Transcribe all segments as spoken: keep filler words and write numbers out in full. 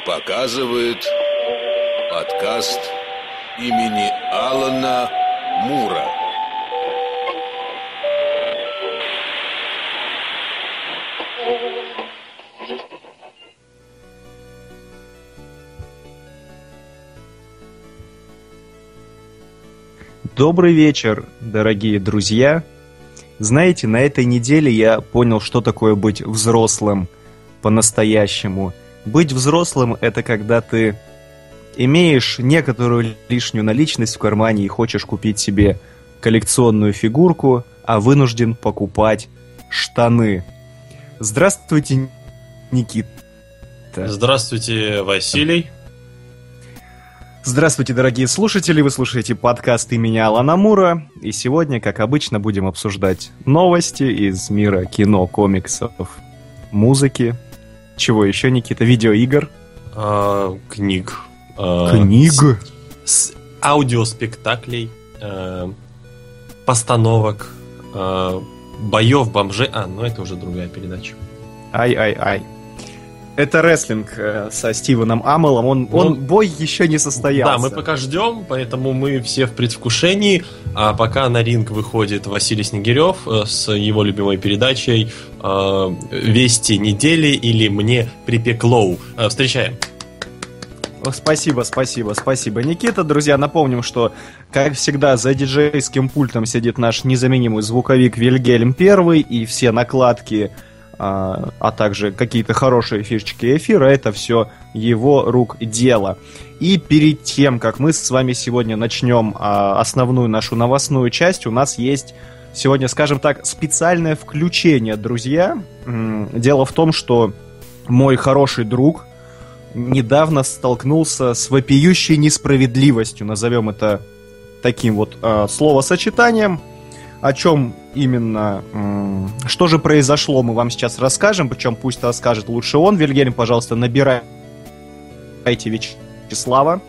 показывает подкаст имени Алана Мура. Добрый вечер, дорогие друзья. Знаете, на этой неделе я понял, что такое быть взрослым по-настоящему. Быть взрослым — это когда ты имеешь некоторую лишнюю наличность в кармане и хочешь купить себе коллекционную фигурку, а вынужден покупать штаны. Здравствуйте, Никита. Здравствуйте, Василий. Здравствуйте, дорогие слушатели, вы слушаете подкаст имени Алана Мура, и сегодня, как обычно, будем обсуждать новости из мира кино, комиксов, музыки. Чего еще, Никита? Видеоигр? А, книг. А, книг? С, с аудиоспектаклей, а, постановок, а, боев бомжей. А, ну это уже другая передача. Ай-ай-ай. Это рестлинг э, со Стивеном Амелом. Он, ну, он бой еще не состоялся. Да, мы пока ждем, поэтому мы все в предвкушении. А пока на ринг выходит Василий Снегирев э, с его любимой передачей э, «Вести недели» или «Мне припеклоу». Э, встречаем. Спасибо, спасибо, спасибо, Никита. Друзья, напомним, что, как всегда, за диджейским пультом сидит наш незаменимый звуковик Вильгельм Первый, и все накладки, а, а также какие-то хорошие фишечки эфира, это все его рук дело. И перед тем, как мы с вами сегодня начнем а, основную нашу новостную часть, у нас есть сегодня, скажем так, специальное включение, друзья. Дело в том, что мой хороший друг недавно столкнулся с вопиющей несправедливостью, назовем это таким вот э, словосочетанием. О чем именно, э, что же произошло, мы вам сейчас расскажем, причем пусть расскажет лучше он. Вильгельм, пожалуйста, набирайте Вячеслава.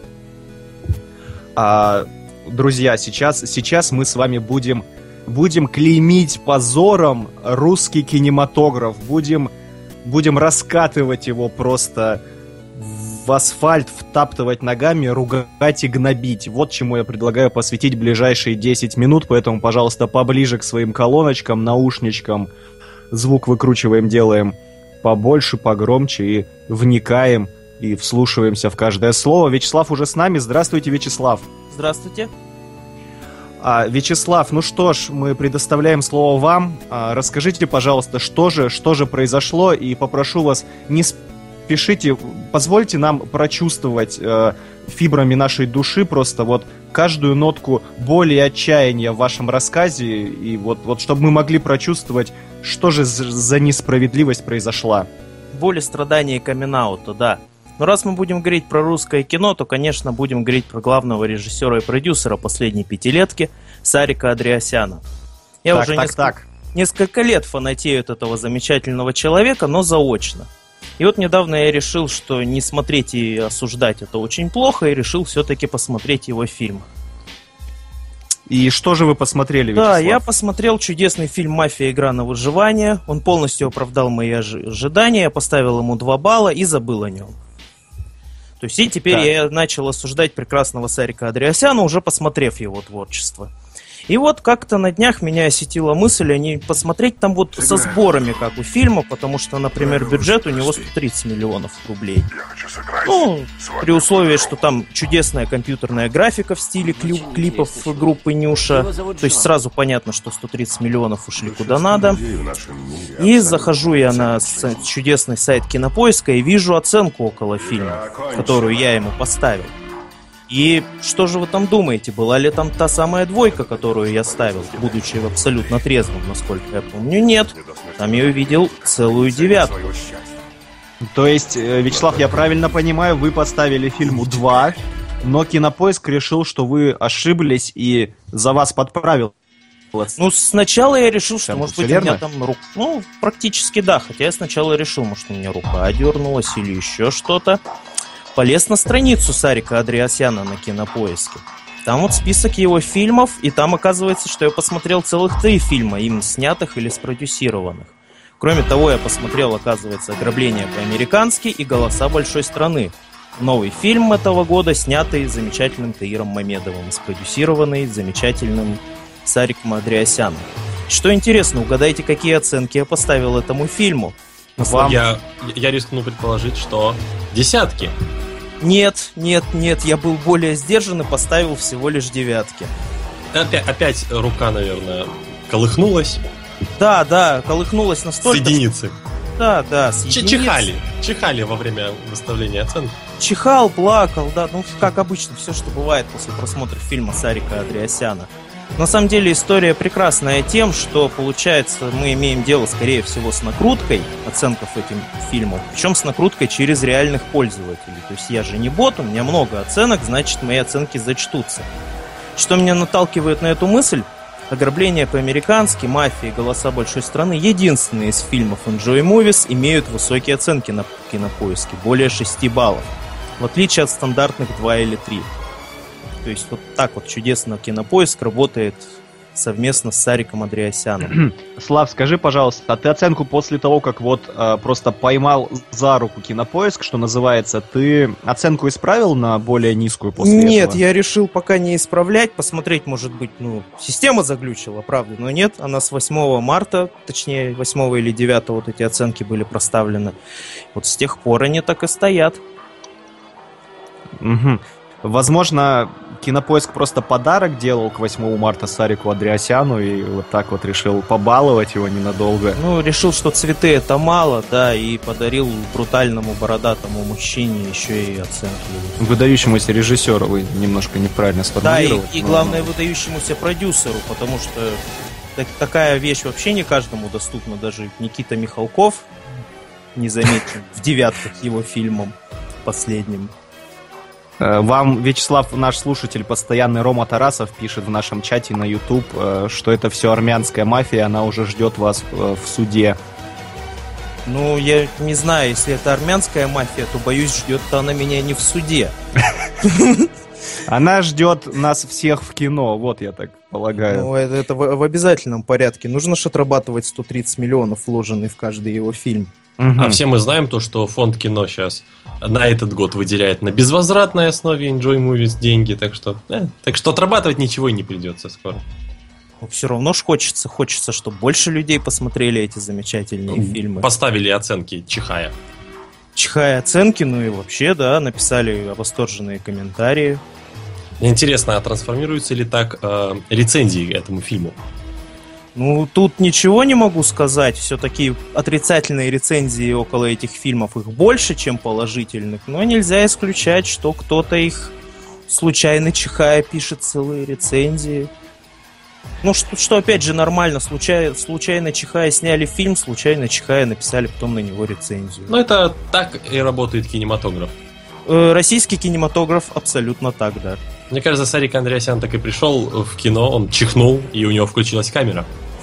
А, друзья, сейчас, сейчас мы с вами будем, будем клеймить позором русский кинематограф, будем... Будем раскатывать его просто в асфальт, втаптывать ногами, ругать и гнобить. Вот чему я предлагаю посвятить ближайшие десять минут, поэтому, пожалуйста, поближе к своим колоночкам, наушничкам. Звук выкручиваем, делаем побольше, погромче и вникаем и вслушиваемся в каждое слово. Вячеслав уже с нами. Здравствуйте, Вячеслав. Здравствуйте. А, Вячеслав, ну что ж, мы предоставляем слово вам. А, расскажите, пожалуйста, что же, что же произошло, и попрошу вас, не спешите, позвольте нам прочувствовать э, фибрами нашей души просто вот каждую нотку боли и отчаяния в вашем рассказе, и вот, вот чтобы мы могли прочувствовать, что же за несправедливость произошла. Боль и страдания и камин-аута, да. Но раз мы будем говорить про русское кино, то, конечно, будем говорить про главного режиссера и продюсера последней пятилетки Сарика Андреасяна. Я так, уже так, несколько, так. несколько лет фанатею от этого замечательного человека, но заочно. И вот недавно я решил, что не смотреть и осуждать это очень плохо, и решил все-таки посмотреть его фильм. И что же вы посмотрели, Вячеслав? Да, я посмотрел чудесный фильм «Мафия. Игра на выживание». Он полностью оправдал мои ожидания, я поставил ему два балла и забыл о нем. То есть и теперь так. Я начал осуждать прекрасного Сарика Андреасяна, уже посмотрев его творчество. И вот как-то на днях меня осетила мысль, а не посмотреть там вот со сборами, как у фильма, потому что, например, бюджет у него сто тридцать миллионов рублей. Ну, при условии, что там чудесная компьютерная графика в стиле кли- клипов группы Нюша. То есть сразу понятно, что сто тридцать миллионов ушли куда надо. И захожу я на чудесный сайт Кинопоиска и вижу оценку около фильма, которую я ему поставил. И что же вы там думаете? Была ли там та самая двойка, которую я ставил, будучи абсолютно трезвым, насколько я помню? Нет. Там я увидел целую девятку. То есть, Вячеслав, я правильно понимаю, вы поставили фильму два, но Кинопоиск решил, что вы ошиблись и за вас подправил. Ну, сначала я решил, что, Там, может быть, верно? у меня там рука... Ну, практически да, хотя я сначала решил, может, у меня рука дернулась или еще что-то. Полез на страницу Сарика Андреасяна на Кинопоиске. Там вот список его фильмов, и там оказывается, что я посмотрел целых три фильма, им снятых или спродюсированных. Кроме того, я посмотрел, оказывается, «Ограбление по-американски» и «Голоса большой страны». Новый фильм этого года, снятый замечательным Таиром Мамедовым, спродюсированный замечательным Сариком Андреасяном. Что интересно, угадайте, какие оценки я поставил этому фильму? Вам... Я, я рискну предположить, что десятки. Нет, нет, нет, я был более сдержан и поставил всего лишь девятки. Опять, опять рука, наверное, колыхнулась. Да, да, колыхнулась настолько... С единицы. Да, да, с единиц. Чихали, чихали во время выставления оценок. Чихал, плакал, да, ну, как обычно, все, что бывает после просмотра фильма Сарика Андреасяна. На самом деле история прекрасная тем, что, получается, мы имеем дело, скорее всего, с накруткой оценков этим фильмом, причем с накруткой через реальных пользователей. То есть я же не бот, у меня много оценок, значит, мои оценки зачтутся. Что меня наталкивает на эту мысль? «Ограбление по-американски», «Мафия» и «Голоса большой страны» единственные из фильмов Enjoy Movies имеют высокие оценки на Кинопоиске, более шести баллов, в отличие от стандартных два или три. То есть вот так вот чудесно Кинопоиск работает совместно с Сариком Андреасяном. Слав, скажи, пожалуйста, а ты оценку после того, как вот э, просто поймал за руку Кинопоиск, что называется, ты оценку исправил на более низкую после Нет, этого? я решил пока не исправлять, посмотреть, может быть, ну, система заглючила, правда, но нет, она с восьмого марта, точнее, восьмого или девятого вот эти оценки были проставлены. Вот с тех пор они так и стоят. Угу. Возможно, Кинопоиск просто подарок делал к восьмому марта Сарику Андреасяну и вот так вот решил побаловать его ненадолго. Ну, решил, что цветы это мало, да, и подарил брутальному бородатому мужчине еще и оценки. Выдающемуся режиссеру, вы немножко неправильно сформулировали. Да, и, и главное, выдающемуся продюсеру, потому что так, такая вещь вообще не каждому доступна, даже Никита Михалков не заметен в девятках его фильмом последним. Вам, Вячеслав, наш слушатель, постоянный Рома Тарасов, пишет в нашем чате на YouTube, что это все армянская мафия, она уже ждет вас в суде. Ну, я не знаю, если это армянская мафия, то, боюсь, ждет-то она меня не в суде. Она ждет нас всех в кино, вот я так полагаю. Ну, это, это в, в обязательном порядке. Нужно же отрабатывать сто тридцать миллионов, вложенных в каждый его фильм. Угу. А все мы знаем то, что фонд кино сейчас на этот год выделяет на безвозвратной основе Enjoy Movies деньги, так что, э, так что отрабатывать ничего и не придется скоро. Но все равно ж хочется, хочется, чтобы больше людей посмотрели эти замечательные фильмы. Поставили оценки, чихая. Чихая оценки, ну и вообще, да, написали восторженные комментарии. Интересно, а трансформируются ли так э, рецензии этому фильму? Ну, тут ничего не могу сказать. Все-таки отрицательные рецензии около этих фильмов их больше, чем положительных. Но нельзя исключать, что кто-то их случайно чихая пишет целые рецензии. Ну, что, что опять же нормально. Случай, случайно чихая сняли фильм, случайно чихая написали потом на него рецензию. Ну, это так и работает кинематограф. Э, российский кинематограф абсолютно так, да. Мне кажется, Сарик Андреасян так и пришел в кино, он чихнул, и у него включилась камера.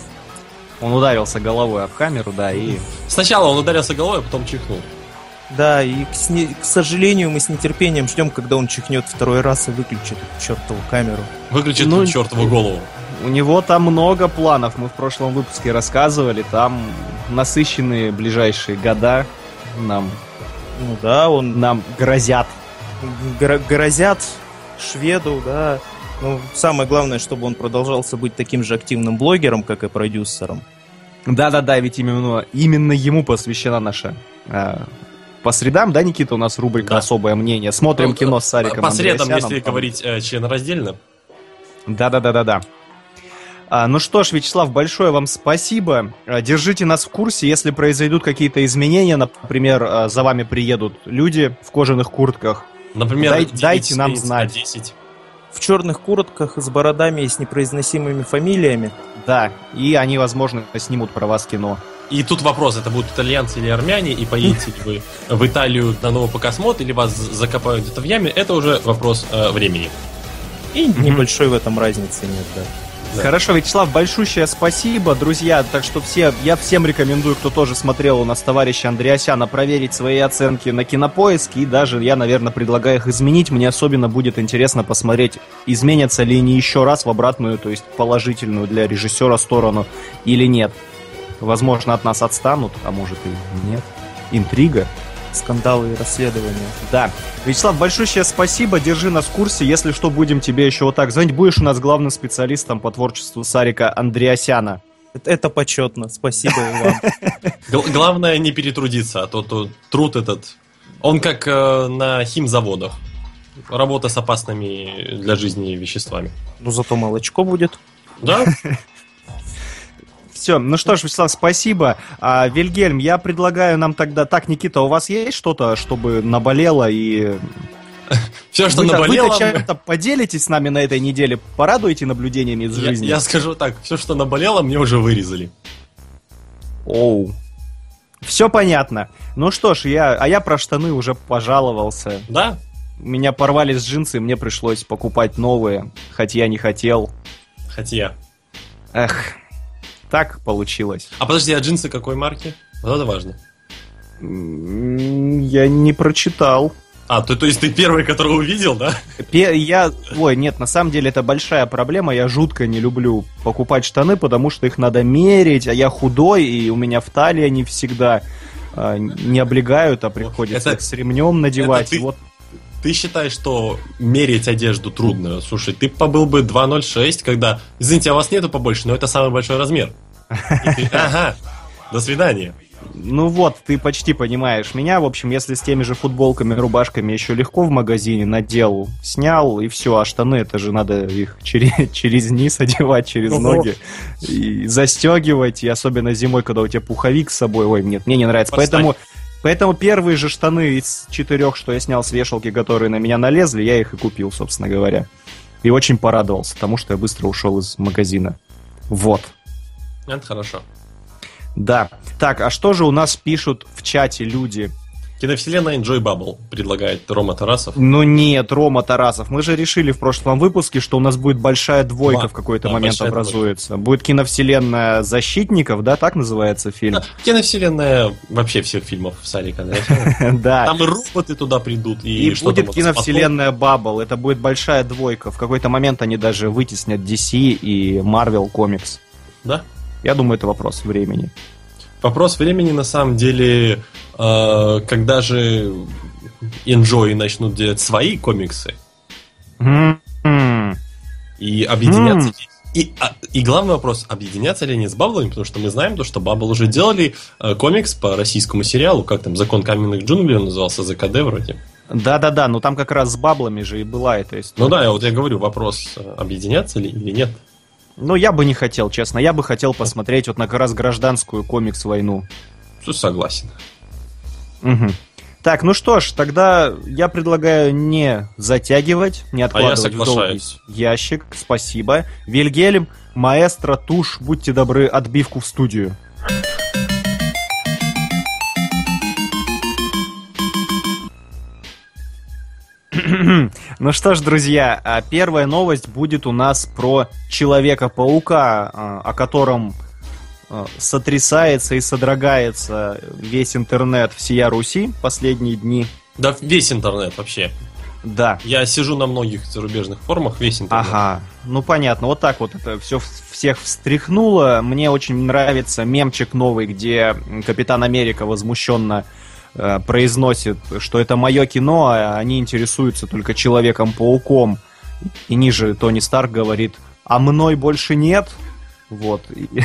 Он ударился головой об камеру, да, и... Сначала он ударился головой, а потом чихнул. Да, и, к, сне... к сожалению, мы с нетерпением ждем, когда он чихнет второй раз и выключит эту чертову камеру. Выключит ну, эту чертову голову. У него там много планов, мы в прошлом выпуске рассказывали, там насыщенные ближайшие года нам, ну, да, он... нам грозят. Гро- грозят шведу, да. Ну, самое главное, чтобы он продолжался быть таким же активным блогером, как и продюсером. Да-да-да, ведь именно, именно ему посвящена наша... Э, по средам, да, Никита, у нас рубрика да. «Особое мнение». Смотрим ну, кино с Сариком По средам, Андреасяном, если там... говорить э, членораздельно. Да-да-да-да-да. А, ну что ж, Вячеслав, большое вам спасибо. Держите нас в курсе, если произойдут какие-то изменения, например, за вами приедут люди в кожаных куртках. Например, Дай, дайте нам знать. десять. В черных куртках с бородами и с непроизносимыми фамилиями. Да, и они, возможно, снимут про вас кино. И тут вопрос, это будут итальянцы или армяне, и поедете ли вы в Италию на новый покосмотр, или вас закопают где-то в яме, это уже вопрос э, времени. И небольшой в этом разницы нет, да. Да. Хорошо, Вячеслав, большущее спасибо, друзья. Так что все, я всем рекомендую, кто тоже смотрел у нас товарища Андреасяна, проверить свои оценки на Кинопоиске. И даже я, наверное, предлагаю их изменить. Мне особенно будет интересно посмотреть, изменятся ли они еще раз в обратную, то есть положительную для режиссера сторону или нет. Возможно, от нас отстанут, а может и нет. Интрига. Скандалы и расследования. Да. Вячеслав, большое спасибо, держи нас в курсе. Если что, будем тебе еще вот так звонить. Будешь у нас главным специалистом по творчеству Сарика Андреасяна. Это, это почетно, спасибо вам. Главное не перетрудиться, а то, то труд этот, он как э, на химзаводах. Работа с опасными для жизни веществами. Ну зато молочко будет. Да? Все, ну что ж, Вячеслав, спасибо. А, Вильгельм, я предлагаю нам тогда... Так, Никита, у вас есть что-то, чтобы наболело и... Все, что вы, наболело... Вы чем-то поделитесь с нами на этой неделе? Порадуете наблюдениями из я, жизни? Я скажу так, все, что наболело, мне уже вырезали. Оу. Все понятно. Ну что ж, я... а я про штаны уже пожаловался. Да? Меня порвались джинсы, мне пришлось покупать новые, хоть я не хотел. Хотя. Эх... Так получилось. А подожди, а джинсы какой марки? Вот это важно. Я не прочитал. А, то, то есть ты первый, которого увидел, да? Я... Ой, нет, на самом деле это большая проблема. Я жутко не люблю покупать штаны, потому что их надо мерить, а я худой, и у меня в талии они всегда э, не облегают, а приходится это, их с ремнем надевать. Ты, вот. Ты считаешь, что мерить одежду трудно? Слушай, ты побыл бы два ноль шесть, когда... Извините, а у вас нету побольше, но это самый большой размер. Ты, ага, до свидания. Ну вот, ты почти понимаешь меня. В общем, если с теми же футболками, рубашками еще легко в магазине, надел, снял, и все. А штаны, это же надо их через, через низ одевать, через Ого. ноги. И застегивать, и особенно зимой, когда у тебя пуховик с собой. Ой, нет, мне не нравится. Подстань. Поэтому... Поэтому первые же штаны из четырех, что я снял с вешалки, которые на меня налезли, я их и купил, собственно говоря. И очень порадовался тому, что я быстро ушел из магазина. Вот. Это хорошо. Да. Так, а что же у нас пишут в чате люди? Киновселенная Enjoy Bubble предлагает Рома Тарасов. Ну нет, Рома Тарасов. Мы же решили в прошлом выпуске, что у нас будет большая двойка Два. в какой-то да, момент образуется. Двойка. Будет киновселенная Защитников, да, так называется фильм? Да, киновселенная вообще всех фильмов Сарика, да? Да. Там и роботы туда придут. И, и будет киновселенная Bubble. Это будет большая двойка. В какой-то момент они даже вытеснят ди си и Marvel Comics. Да? Я думаю, это вопрос времени. Вопрос времени, на самом деле, э, когда же Enjoy начнут делать свои комиксы mm-hmm. и объединяться. Mm-hmm. И, а, и главный вопрос, объединяться ли они с Бабблами, потому что мы знаем, то, что Баббл уже делали э, комикс по российскому сериалу, как там «Закон каменных джунглей» он назывался, зэ ка дэ вроде. Да-да-да, но там как раз с Бабблами же и была эта история. Ну да, я вот я говорю, вопрос, объединяться ли или нет. Ну, я бы не хотел, честно. Я бы хотел посмотреть вот на как раз гражданскую комикс-войну. Согласен. Угу. Так, ну что ж, тогда я предлагаю не затягивать, не откладывать а в долгий ящик. Спасибо. Вильгельм, маэстро, тушь, будьте добры, отбивку в студию. Ну что ж, друзья, первая новость будет у нас про Человека-паука, о котором сотрясается и содрогается весь интернет всея Руси последние дни. Да весь интернет вообще. Да. Я сижу на многих зарубежных форумах, весь интернет. Ага, ну понятно, вот так вот это все всех встряхнуло. Мне очень нравится мемчик новый, где Капитан Америка возмущенно произносит, что это мое кино, а они интересуются только Человеком-пауком. И ниже Тони Старк говорит, а мной больше нет. Вот.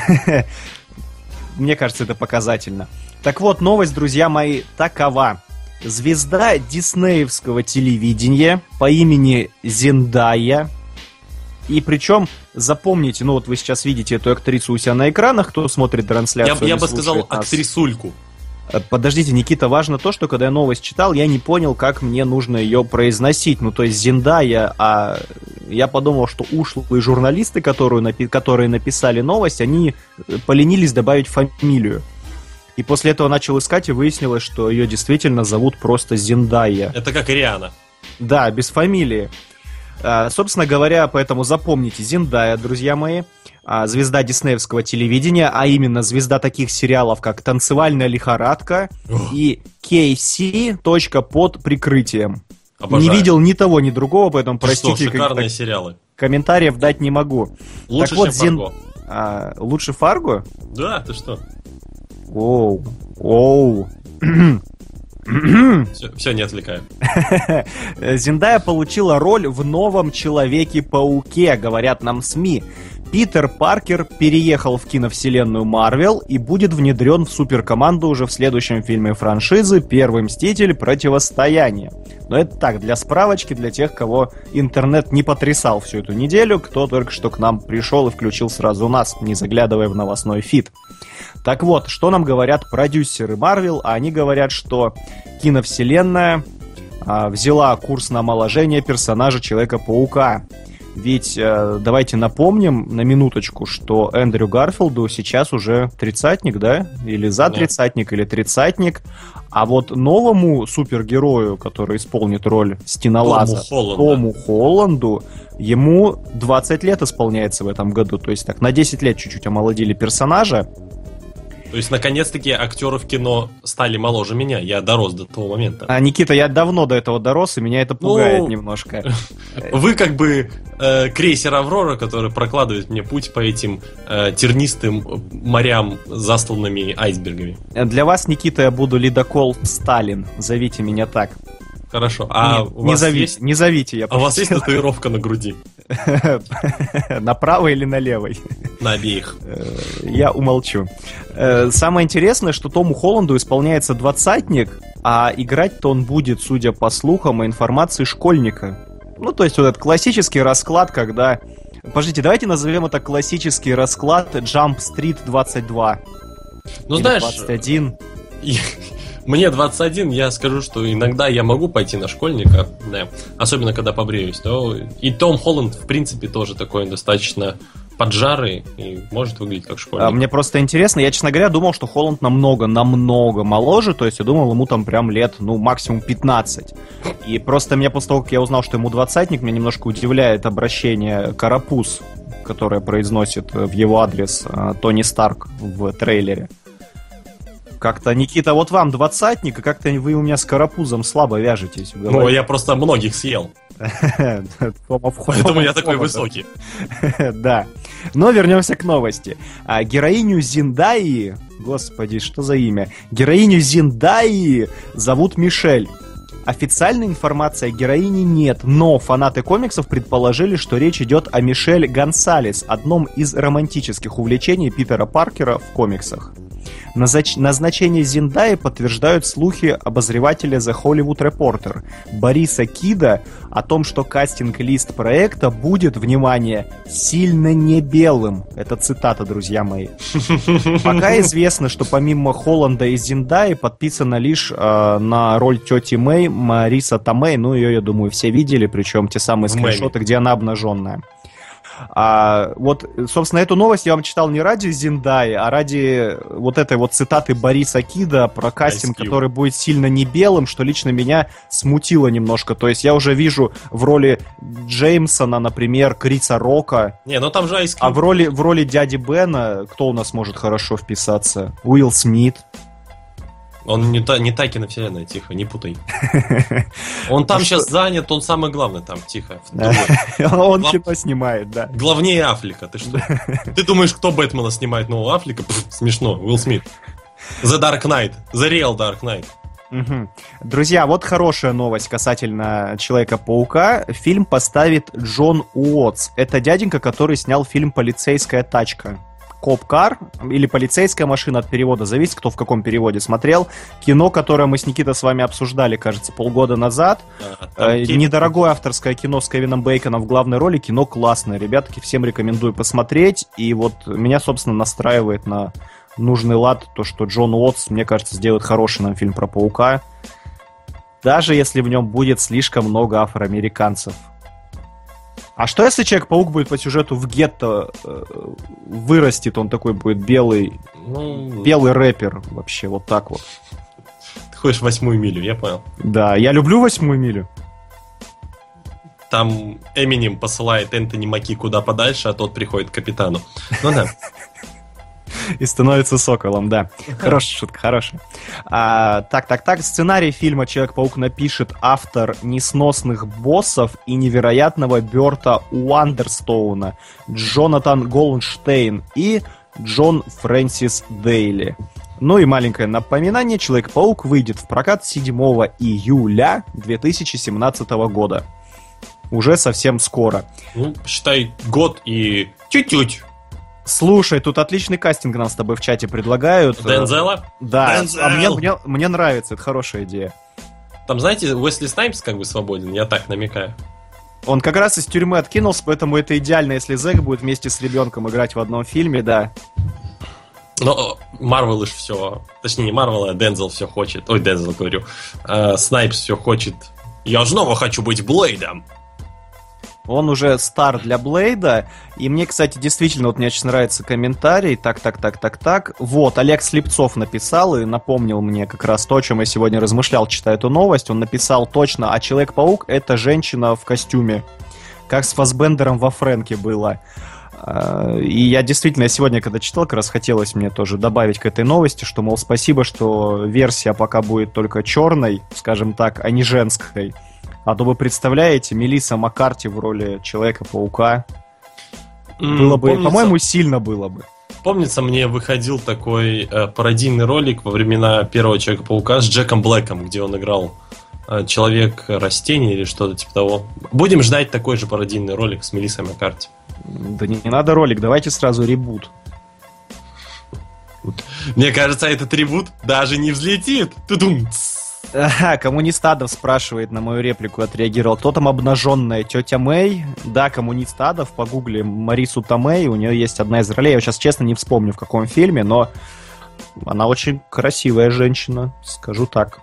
Мне кажется, это показательно. Так вот, новость, друзья мои, такова. Звезда диснеевского телевидения по имени Зендая. И причем, запомните, ну вот вы сейчас видите эту актрису у себя на экранах, кто смотрит трансляцию. Я, я бы сказал нас. Актрисульку. Подождите, Никита, важно то, что когда я новость читал, я не понял, как мне нужно ее произносить. Ну, то есть Зендая, а я подумал, что ушлые журналисты, которые, напи- которые написали новость, они поленились добавить фамилию. И после этого начал искать, и выяснилось, что ее действительно зовут просто Зендая. Это как Риана. Да, без фамилии. А, собственно говоря, поэтому запомните, Зендая, друзья мои, звезда диснеевского телевидения, а именно звезда таких сериалов, как «Танцевальная лихорадка» Ох. и кей си. Под прикрытием. Обожаю. Не видел ни того, ни другого, поэтому, Ты простите, что, шикарные как- сериалы. комментариев дать не могу. Лучше, так вот, чем Фарго. А, лучше Фарго? Да, ты что? Оу, оу. Все, все, не отвлекаю. Зендая получила роль в новом Человеке-пауке, говорят нам СМИ. Питер Паркер переехал в киновселенную Марвел и будет внедрен в суперкоманду уже в следующем фильме франшизы «Первый Мститель. Противостояние». Но это так, для справочки, для тех, кого интернет не потрясал всю эту неделю, кто только что к нам пришел и включил сразу нас, не заглядывая в новостной фид. Так вот, что нам говорят продюсеры Марвел? Они говорят, что киновселенная а, взяла курс на омоложение персонажа Человека-паука. Ведь э, давайте напомним на минуточку, что Эндрю Гарфилду сейчас уже тридцатник, да? Или за тридцатник, или тридцатник. А вот новому супергерою, который исполнит роль Стенолаза, Тому, Тому Холланду, ему двадцать лет исполняется в этом году. То есть так, на десять лет чуть-чуть омолодили персонажа. То есть, наконец-таки, актеры в кино стали моложе меня. Я дорос до того момента. А, Никита, я давно до этого дорос, и меня это пугает ну, немножко. Вы как бы э, крейсер «Аврора», который прокладывает мне путь по этим э, тернистым морям, застланными айсбергами. Для вас, Никита, я буду ледокол Сталин. Зовите меня так. Хорошо. А Нет, не, зовите, есть... не зовите, я А у вас есть татуировка на груди? На правой или на левой? На обеих. Я умолчу. Самое интересное, что Тому Холланду исполняется двадцатник, а играть-то он будет, судя по слухам и информации, школьника. Ну, то есть вот этот классический расклад, когда... Подождите, давайте назовем это классический расклад Jump Street двадцать два. Ну, или знаешь... двадцать один. Мне двадцать один, я скажу, что иногда я могу пойти на школьника, да, особенно когда побреюсь. То и Том Холланд, в принципе, тоже такой достаточно поджарый и может выглядеть как школьник. А, мне просто интересно, я, честно говоря, думал, что Холланд намного, намного моложе, то есть я думал, ему там прям лет, ну, максимум пятнадцать. И просто меня после того, как я узнал, что ему двадцатник, меня немножко удивляет обращение «карапуз», которое произносит в его адрес Тони Старк в трейлере. Как-то, Никита, вот вам двадцатник, и как-то вы у меня с карапузом слабо вяжетесь. Ну, я просто многих съел. Поэтому я такой высокий. Да. Но вернемся к новости. Героиню Зендаи, господи, что за имя? Героиню Зендаи зовут Мишель. Официальной информации о героине нет, но фанаты комиксов предположили, что речь идет о Мишель Гонсалес, одном из романтических увлечений Питера Паркера в комиксах. Назнач... Назначение Зендаи подтверждают слухи обозревателя The Hollywood Reporter Бориса Кида о том, что кастинг-лист проекта будет, внимание, сильно не белым. Это цитата, друзья мои. Пока известно, что помимо Холланда и Зендаи подписана лишь э, на роль тети Мэй Мариса Томей. Ну, ее, я думаю, все видели, причем те самые скриншоты, где она обнаженная. А, вот, собственно, эту новость я вам читал не ради Зендаи, а ради вот этой вот цитаты Бориса Кида про кастинг, который будет сильно не белым, что лично меня смутило немножко. То есть я уже вижу в роли Джеймсона, например, Криса Рока. Не, ну там же Ice Cube. А в роли, в роли дяди Бена кто у нас может хорошо вписаться? Уилл Смит. Он не та, не та киновселенная, тихо, не путай. Он там сейчас занят, он самый главный там, тихо. Он кино снимает, да. Главнее Аффлека, ты что? Ты думаешь, кто Бэтмена снимает нового Аффлека? Смешно, Уилл Смит. The Dark Knight, The Real Dark Knight. Угу. Друзья, вот хорошая новость касательно Человека-паука. Фильм поставит Джон Уотс. Это дяденька, который снял фильм «Полицейская тачка». Коп-кар или полицейская машина, от перевода зависит, кто в каком переводе смотрел. Кино, которое мы с Никитой с вами обсуждали, кажется, полгода назад. А, э, недорогое авторское кино с Кевином Бейконом в главной роли. Кино классное, ребятки, всем рекомендую посмотреть. И вот меня, собственно, настраивает на нужный лад то, что Джон Уотс, мне кажется, сделает хороший нам фильм про паука. Даже если в нем будет слишком много афроамериканцев. А что если Человек-паук будет по сюжету в гетто э, вырастет, он такой будет белый, ну... белый рэпер вообще, вот так вот. Ты ходишь в восьмую милю, я понял. Да, я люблю восьмую милю. Там Эминем посылает Энтони Маки куда подальше, а тот приходит к капитану. Ну да. И становится соколом, да. Хорошая шутка, хорошая. А, так, так, так. Сценарий фильма «Человек-паук» напишет автор «Несносных боссов» и «Невероятного Бёрта Уандерстоуна» Джонатан Голдштейн и Джон Фрэнсис Дейли. Ну и маленькое напоминание. «Человек-паук» выйдет в прокат седьмого июля две тысячи семнадцатого года. Уже совсем скоро. Ну, считай, год и чуть-чуть. Слушай, тут отличный кастинг нам с тобой в чате предлагают. Дензела? Да, Дензел! а мне, мне, мне нравится, это хорошая идея. Там, знаете, Уэсли Снайпс как бы свободен, я так намекаю. Он как раз из тюрьмы откинулся, поэтому это идеально, если Зэк будет вместе с ребенком играть в одном фильме, да. Но Марвел лишь все... Точнее, не Марвел, а Дензел все хочет. Ой, Дензел говорю. Э, Снайпс все хочет. Я снова хочу быть Блейдом. Он уже стар для Блейда. И мне, кстати, действительно, вот мне очень нравится комментарий. Так, так, так, так, так. Вот, Олег Слепцов написал и напомнил мне как раз то, о чем я сегодня размышлял, читая эту новость. Он написал точно, а Человек-паук — это женщина в костюме. Как с Фассбендером во Фрэнке было. И я действительно сегодня, когда читал, как раз хотелось мне тоже добавить к этой новости, что, мол, спасибо, что версия пока будет только черной, скажем так, а не женской. А то вы представляете, Мелисса Маккарти в роли Человека-паука. Mm, было бы, помнится, по-моему, сильно было бы. Помнится, мне выходил такой э, пародийный ролик во времена первого Человека-паука с Джеком Блэком, где он играл э, Человек-растение или что-то типа того. Будем ждать такой же пародийный ролик с Мелиссой Маккарти. Да не, не надо ролик, давайте сразу ребут. Мне кажется, этот ребут даже не взлетит. Тудум. Ага, коммунист Адов спрашивает на мою реплику, отреагировал. Кто там обнаженная? Тетя Мэй? Да, коммунист Адов, погугли Марису Томей, у нее есть одна из ролей. Я сейчас честно не вспомню в каком фильме, но она очень красивая женщина, скажу так.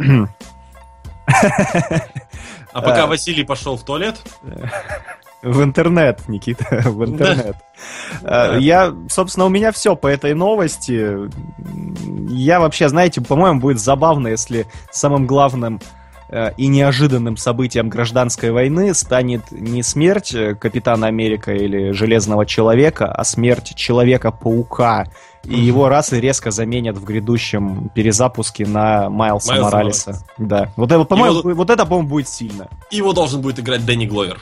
А пока Василий пошел в туалет... В интернет, Никита, в интернет. Да. Я, собственно, у меня все по этой новости. Я вообще, знаете, по-моему, будет забавно, если самым главным э, и неожиданным событием гражданской войны станет не смерть Капитана Америка или Железного Человека, а смерть Человека-паука. И mm-hmm. его расы резко заменят в грядущем перезапуске на Майлса Майлз Моралеса. Моралес. Да. Вот это, по-моему, Его... вот это, по-моему, будет сильно. Его должен будет играть Дэнни Гловер.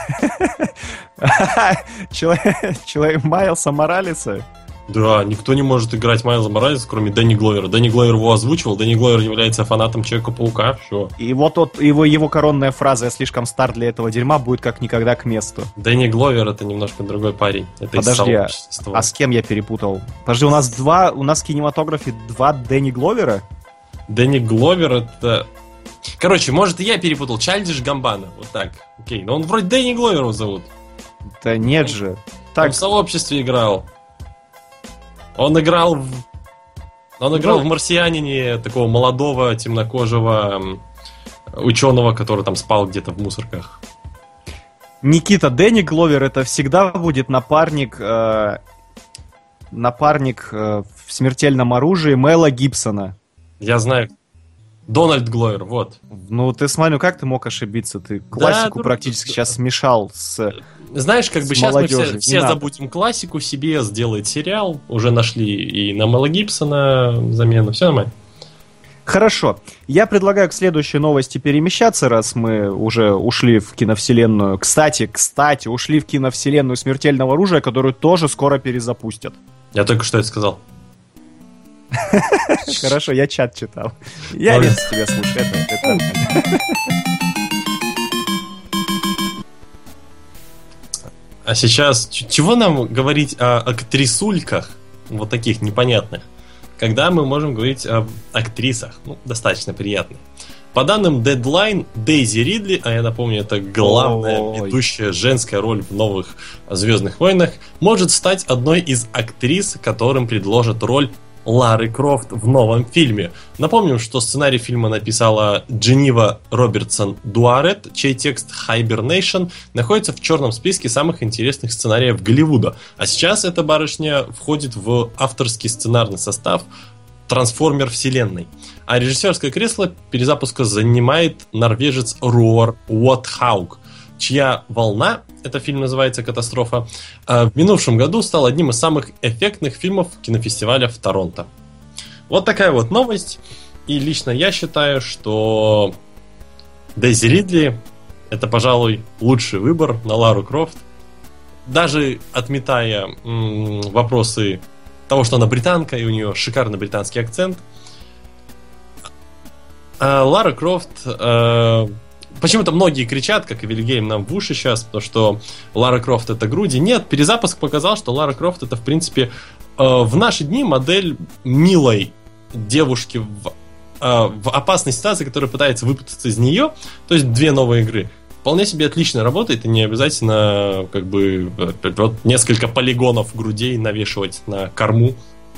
Человек Майлса Моралеса? Да, никто не может играть Майлза Моралеса, кроме Дэнни Гловера. Дэнни Гловер его озвучивал, Дэнни Гловер является фанатом Человека-паука, все. И вот тот, его, его коронная фраза «Я слишком стар для этого дерьма» будет как никогда к месту. Дэнни Гловер — это немножко другой парень. Это Подожди, а, а с кем я перепутал? Подожди, у нас два, у нас в кинематографе два Дэнни Гловера? Дэнни Гловер — это... Короче, может, и я перепутал. Чайлдиш Гамбана. Вот так. Окей. Но он вроде Дэнни Гловер его зовут. Да нет он, же. Так... Он в «Сообществе» играл. Он играл в... Он играл ну... в «Марсианине» такого молодого, темнокожего ученого, который там спал где-то в мусорках. Никита, Дэнни Гловер — это всегда будет напарник... Э... Напарник э, в «Смертельном оружии» Мэла Гибсона. Я знаю. Дональд Гловер, вот. Ну, ты смотри, ну как ты мог ошибиться? Ты классику да, практически да, сейчас смешал с Знаешь, как бы сейчас молодежью. мы все, все забудем классику, себе сделает сериал. Уже нашли и на Мэла Гибсона замену. Все нормально. Хорошо. Я предлагаю к следующей новости перемещаться, раз мы уже ушли в киновселенную. Кстати, кстати, ушли в киновселенную «Смертельного оружия», которую тоже скоро перезапустят. Я только что это сказал. Хорошо, я чат читал. Я редко тебя слушаю. Это, это... А сейчас, чего нам говорить о актрисульках, вот таких непонятных, когда мы можем говорить об актрисах, ну, достаточно приятных. По данным Deadline, Дейзи Ридли, а я напомню, это главная Ой. ведущая женская роль в новых «Звездных войнах», может стать одной из актрис, которым предложат роль Лары Крофт в новом фильме. Напомним, что сценарий фильма написала Дженнива Робертсон Дуарет, чей текст Hibernation находится в черном списке самых интересных сценариев Голливуда. А сейчас эта барышня входит в авторский сценарный состав «Трансформер вселенной». А режиссерское кресло перезапуска занимает норвежец Руар Уотхаук. чья волна, это фильм называется «Катастрофа», в минувшем году стал одним из самых эффектных фильмов кинофестиваля в Торонто. Вот такая вот новость. И лично я считаю, что Дейзи Ридли — это, пожалуй, лучший выбор на Лару Крофт. Даже отметая м- вопросы того, что она британка, и у нее шикарный британский акцент, а Лара Крофт... Э- Почему-то многие кричат, как и Вильгельм нам в уши сейчас, потому что Лара Крофт — это груди. Нет, перезапуск показал, что Лара Крофт — это, в принципе, э, в наши дни модель милой девушки в, э, в опасной ситуации, которая пытается выпутаться из нее. То есть две новые игры. Вполне себе отлично работает, и не обязательно как бы вот, несколько полигонов грудей навешивать на корму.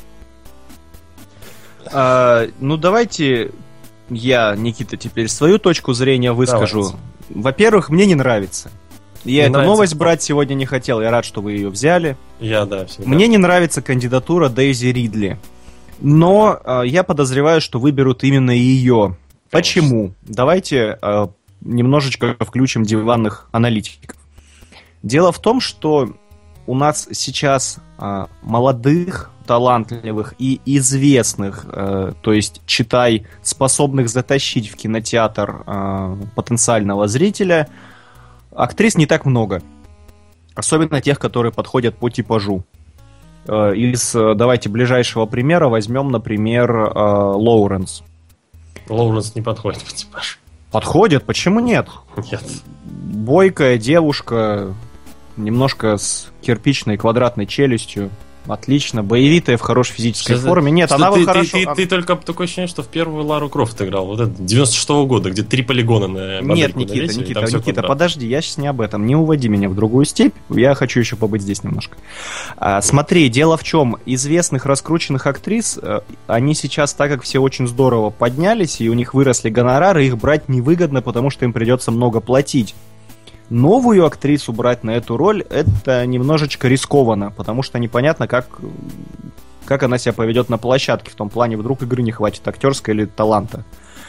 А, ну, давайте... Я, Никита, теперь свою точку зрения выскажу. Давайте. Во-первых, мне не нравится. Я Не эту нравится, новость кто? брать сегодня не хотел. Я рад, что вы ее взяли. Я, да, всегда. Мне не нравится кандидатура Дейзи Ридли. Но э, я подозреваю, что выберут именно ее. Почему? Давайте э, немножечко включим диванных аналитиков. Дело в том, что у нас сейчас э, молодых, талантливых и известных, э, то есть, читай, способных затащить в кинотеатр э, потенциального зрителя, актрис не так много. Особенно тех, которые подходят по типажу. Э, из, давайте, ближайшего примера возьмем, например, э, Лоуренс. Лоуренс не подходит по типажу. Подходит? Почему нет? Нет. Бойкая девушка, немножко с кирпичной квадратной челюстью. Отлично, боевитая, в хорошей физической Что форме. Нет, что она ты, бы ты, хорошо... Ты, ты, ты только такое ощущение, что в первую Лару Крофт играл. Вот это девяносто шестого года, где три полигона на модельку Нет, Никита, навесили, Никита, там всё Никита, квадрат. подожди, я сейчас не об этом. Не уводи меня в другую степь. Я хочу еще побыть здесь немножко. А, смотри, дело в чем. Известных раскрученных актрис, а, они сейчас, так как все очень здорово поднялись, и у них выросли гонорары, их брать невыгодно, потому что им придется много платить. Новую актрису брать на эту роль, это немножечко рискованно, потому что непонятно, как, как она себя поведет на площадке. В том плане, вдруг игры не хватит актерской или таланта.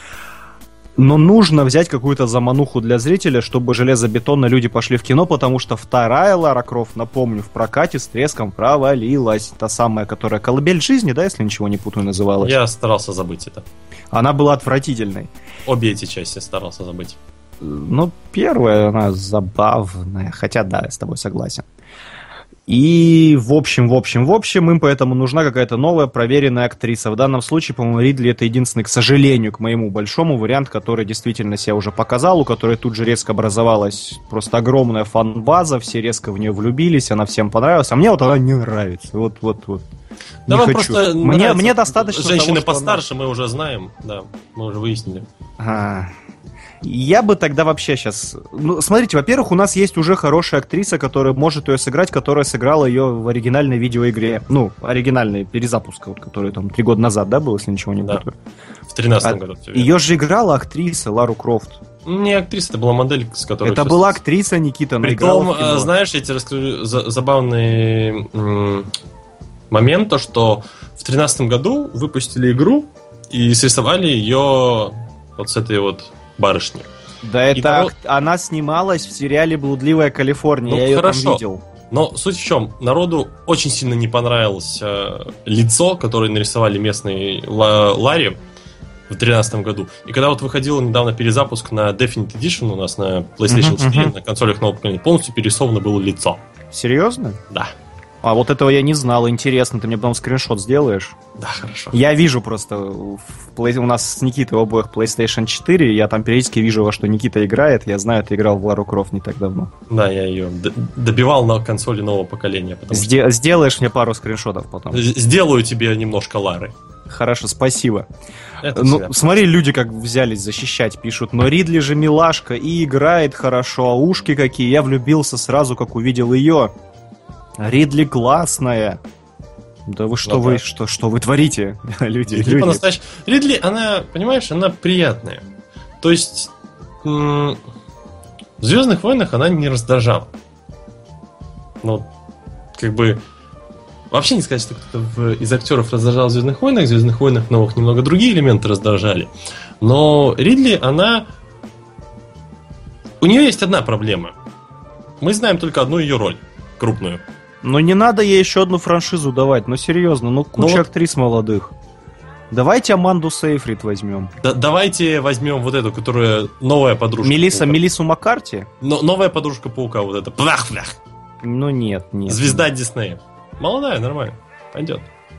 Но нужно взять какую-то замануху для зрителя, чтобы железобетонно люди пошли в кино, потому что вторая Лара Крофт, напомню, в прокате с треском провалилась. Та самая, которая «Колыбель жизни», да, если ничего не путаю, называлась. Я старался забыть это. Она была отвратительной. Обе эти части старался забыть. Ну, первая, она забавная, хотя да, я с тобой согласен. И в общем, в общем, в общем, им поэтому нужна какая-то новая проверенная актриса. В данном случае, по-моему, Ридли — это единственный, к сожалению, к моему большому, вариант, который действительно себя уже показал, у которой тут же резко образовалась просто огромная фан-база, все резко в нее влюбились, она всем понравилась, а мне вот она не нравится. Вот, вот, вот. Да, не вам хочу. просто Мне, нравится. мне достаточно Женщины того, что постарше мы уже знаем, да, мы уже выяснили. она... Я бы тогда вообще сейчас... Ну, смотрите, во-первых, у нас есть уже хорошая актриса, которая может ее сыграть, которая сыграла ее в оригинальной видеоигре. Ну, оригинальный перезапуск, вот, который там три года назад, да, был, если ничего не Да. путаю. В тринадцатом А году. ее же играла актриса Лару Крофт. Не актриса, это была модель, с которой... Это всё была с- актриса, Никита, она играла Притом, в кино. э, знаешь, я тебе расскажу за- забавный м, момент, то, что в тринадцатом году выпустили игру и срисовали ее вот с этой вот барышней. Да, И это народ- ак- она снималась в сериале «Блудливая Калифорния», Ну, я ее хорошо. там видел. Но суть в чем? Народу очень сильно не понравилось э, лицо, которое нарисовали местные Ла- Ларри в тринадцатом году. И когда вот выходил недавно перезапуск на Definite Edition у нас на PlayStation Мгм, четыре, мгм. на консолях нового поколения, полностью перерисовано было лицо. Серьезно? Да. А вот этого я не знал, интересно, ты мне потом скриншот сделаешь? Да, хорошо. Я вижу просто, в Play- у нас с Никитой у обоих PlayStation четыре, я там периодически вижу, во что Никита играет, я знаю, ты играл в Лару Крофт не так давно. Да, я ее д- добивал на консоли нового поколения. Потому что Сде- сделаешь мне пару скриншотов потом. З- сделаю тебе немножко Лары. Хорошо, спасибо. Это Ну, всегда. смотри, люди как взялись защищать, пишут, но Ридли же милашка и играет хорошо, а ушки какие, я влюбился сразу, как увидел ее. Ридли классная. Да вы что Ну вы, да. что, что вы творите, люди, Ридли люди. по-настоящему- Ридли, она, понимаешь, она приятная. То есть м- в «Звездных войнах» она не раздражала. Ну, как бы вообще не сказать, что кто-то в- из актеров раздражал в «Звездных войнах». В «Звездных войнах» новых немного другие элементы раздражали. Но Ридли, она... У нее есть одна проблема. Мы знаем только одну ее роль, крупную. Ну не надо ей еще одну франшизу давать, ну серьезно, ну куча ну, вот... актрис молодых. Давайте Аманду Сейфрид возьмем. Да, давайте возьмем вот эту, которая новая подружка. Мелисса, Мелиссу Маккарти? Но, новая подружка Паука, вот эта. Плях-плях. Ну нет, нет. Звезда Диснея. Молодая, нормально. Пойдет.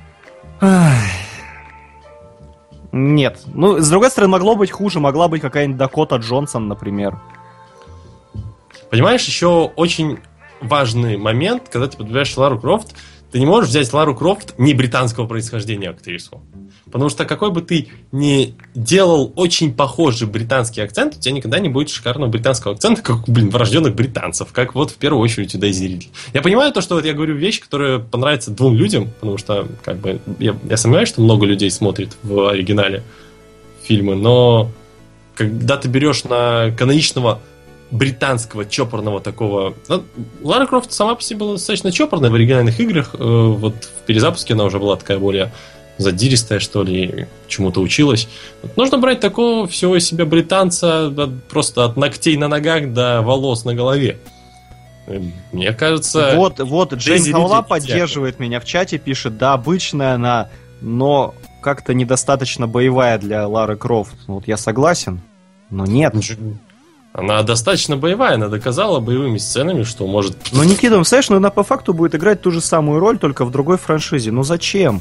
Нет. Ну, с другой стороны, могло быть хуже. Могла быть какая-нибудь Дакота Джонсон, например. Понимаешь, еще очень важный момент, когда ты подбираешь Лару Крофт, ты не можешь взять Лару Крофт не британского происхождения актрису. Потому что какой бы ты ни делал очень похожий британский акцент, у тебя никогда не будет шикарного британского акцента, как, блин, врожденных британцев, как вот в первую очередь у Дейзи Ридли. Я понимаю то, что вот я говорю вещь, которая понравится двум людям, потому что, как бы, я, я сомневаюсь, что много людей смотрит в оригинале фильмы, но когда ты берешь на каноничного британского, чопорного такого... Ну, Лара Крофт сама по себе была достаточно чопорная в оригинальных играх. Вот в перезапуске она уже была такая более задиристая, что ли, чему-то училась. Вот нужно брать такого всего из себя британца просто от ногтей на ногах до волос на голове. Мне кажется... Вот, вот, Джейн Хаула поддерживает меня в чате, пишет, да, обычная она, но как-то недостаточно боевая для Лары Крофт. Вот я согласен, но нет. Она достаточно боевая, она доказала боевыми сценами, что может... Ну, Никита, представляешь, ну она по факту будет играть ту же самую роль, только в другой франшизе. Ну зачем?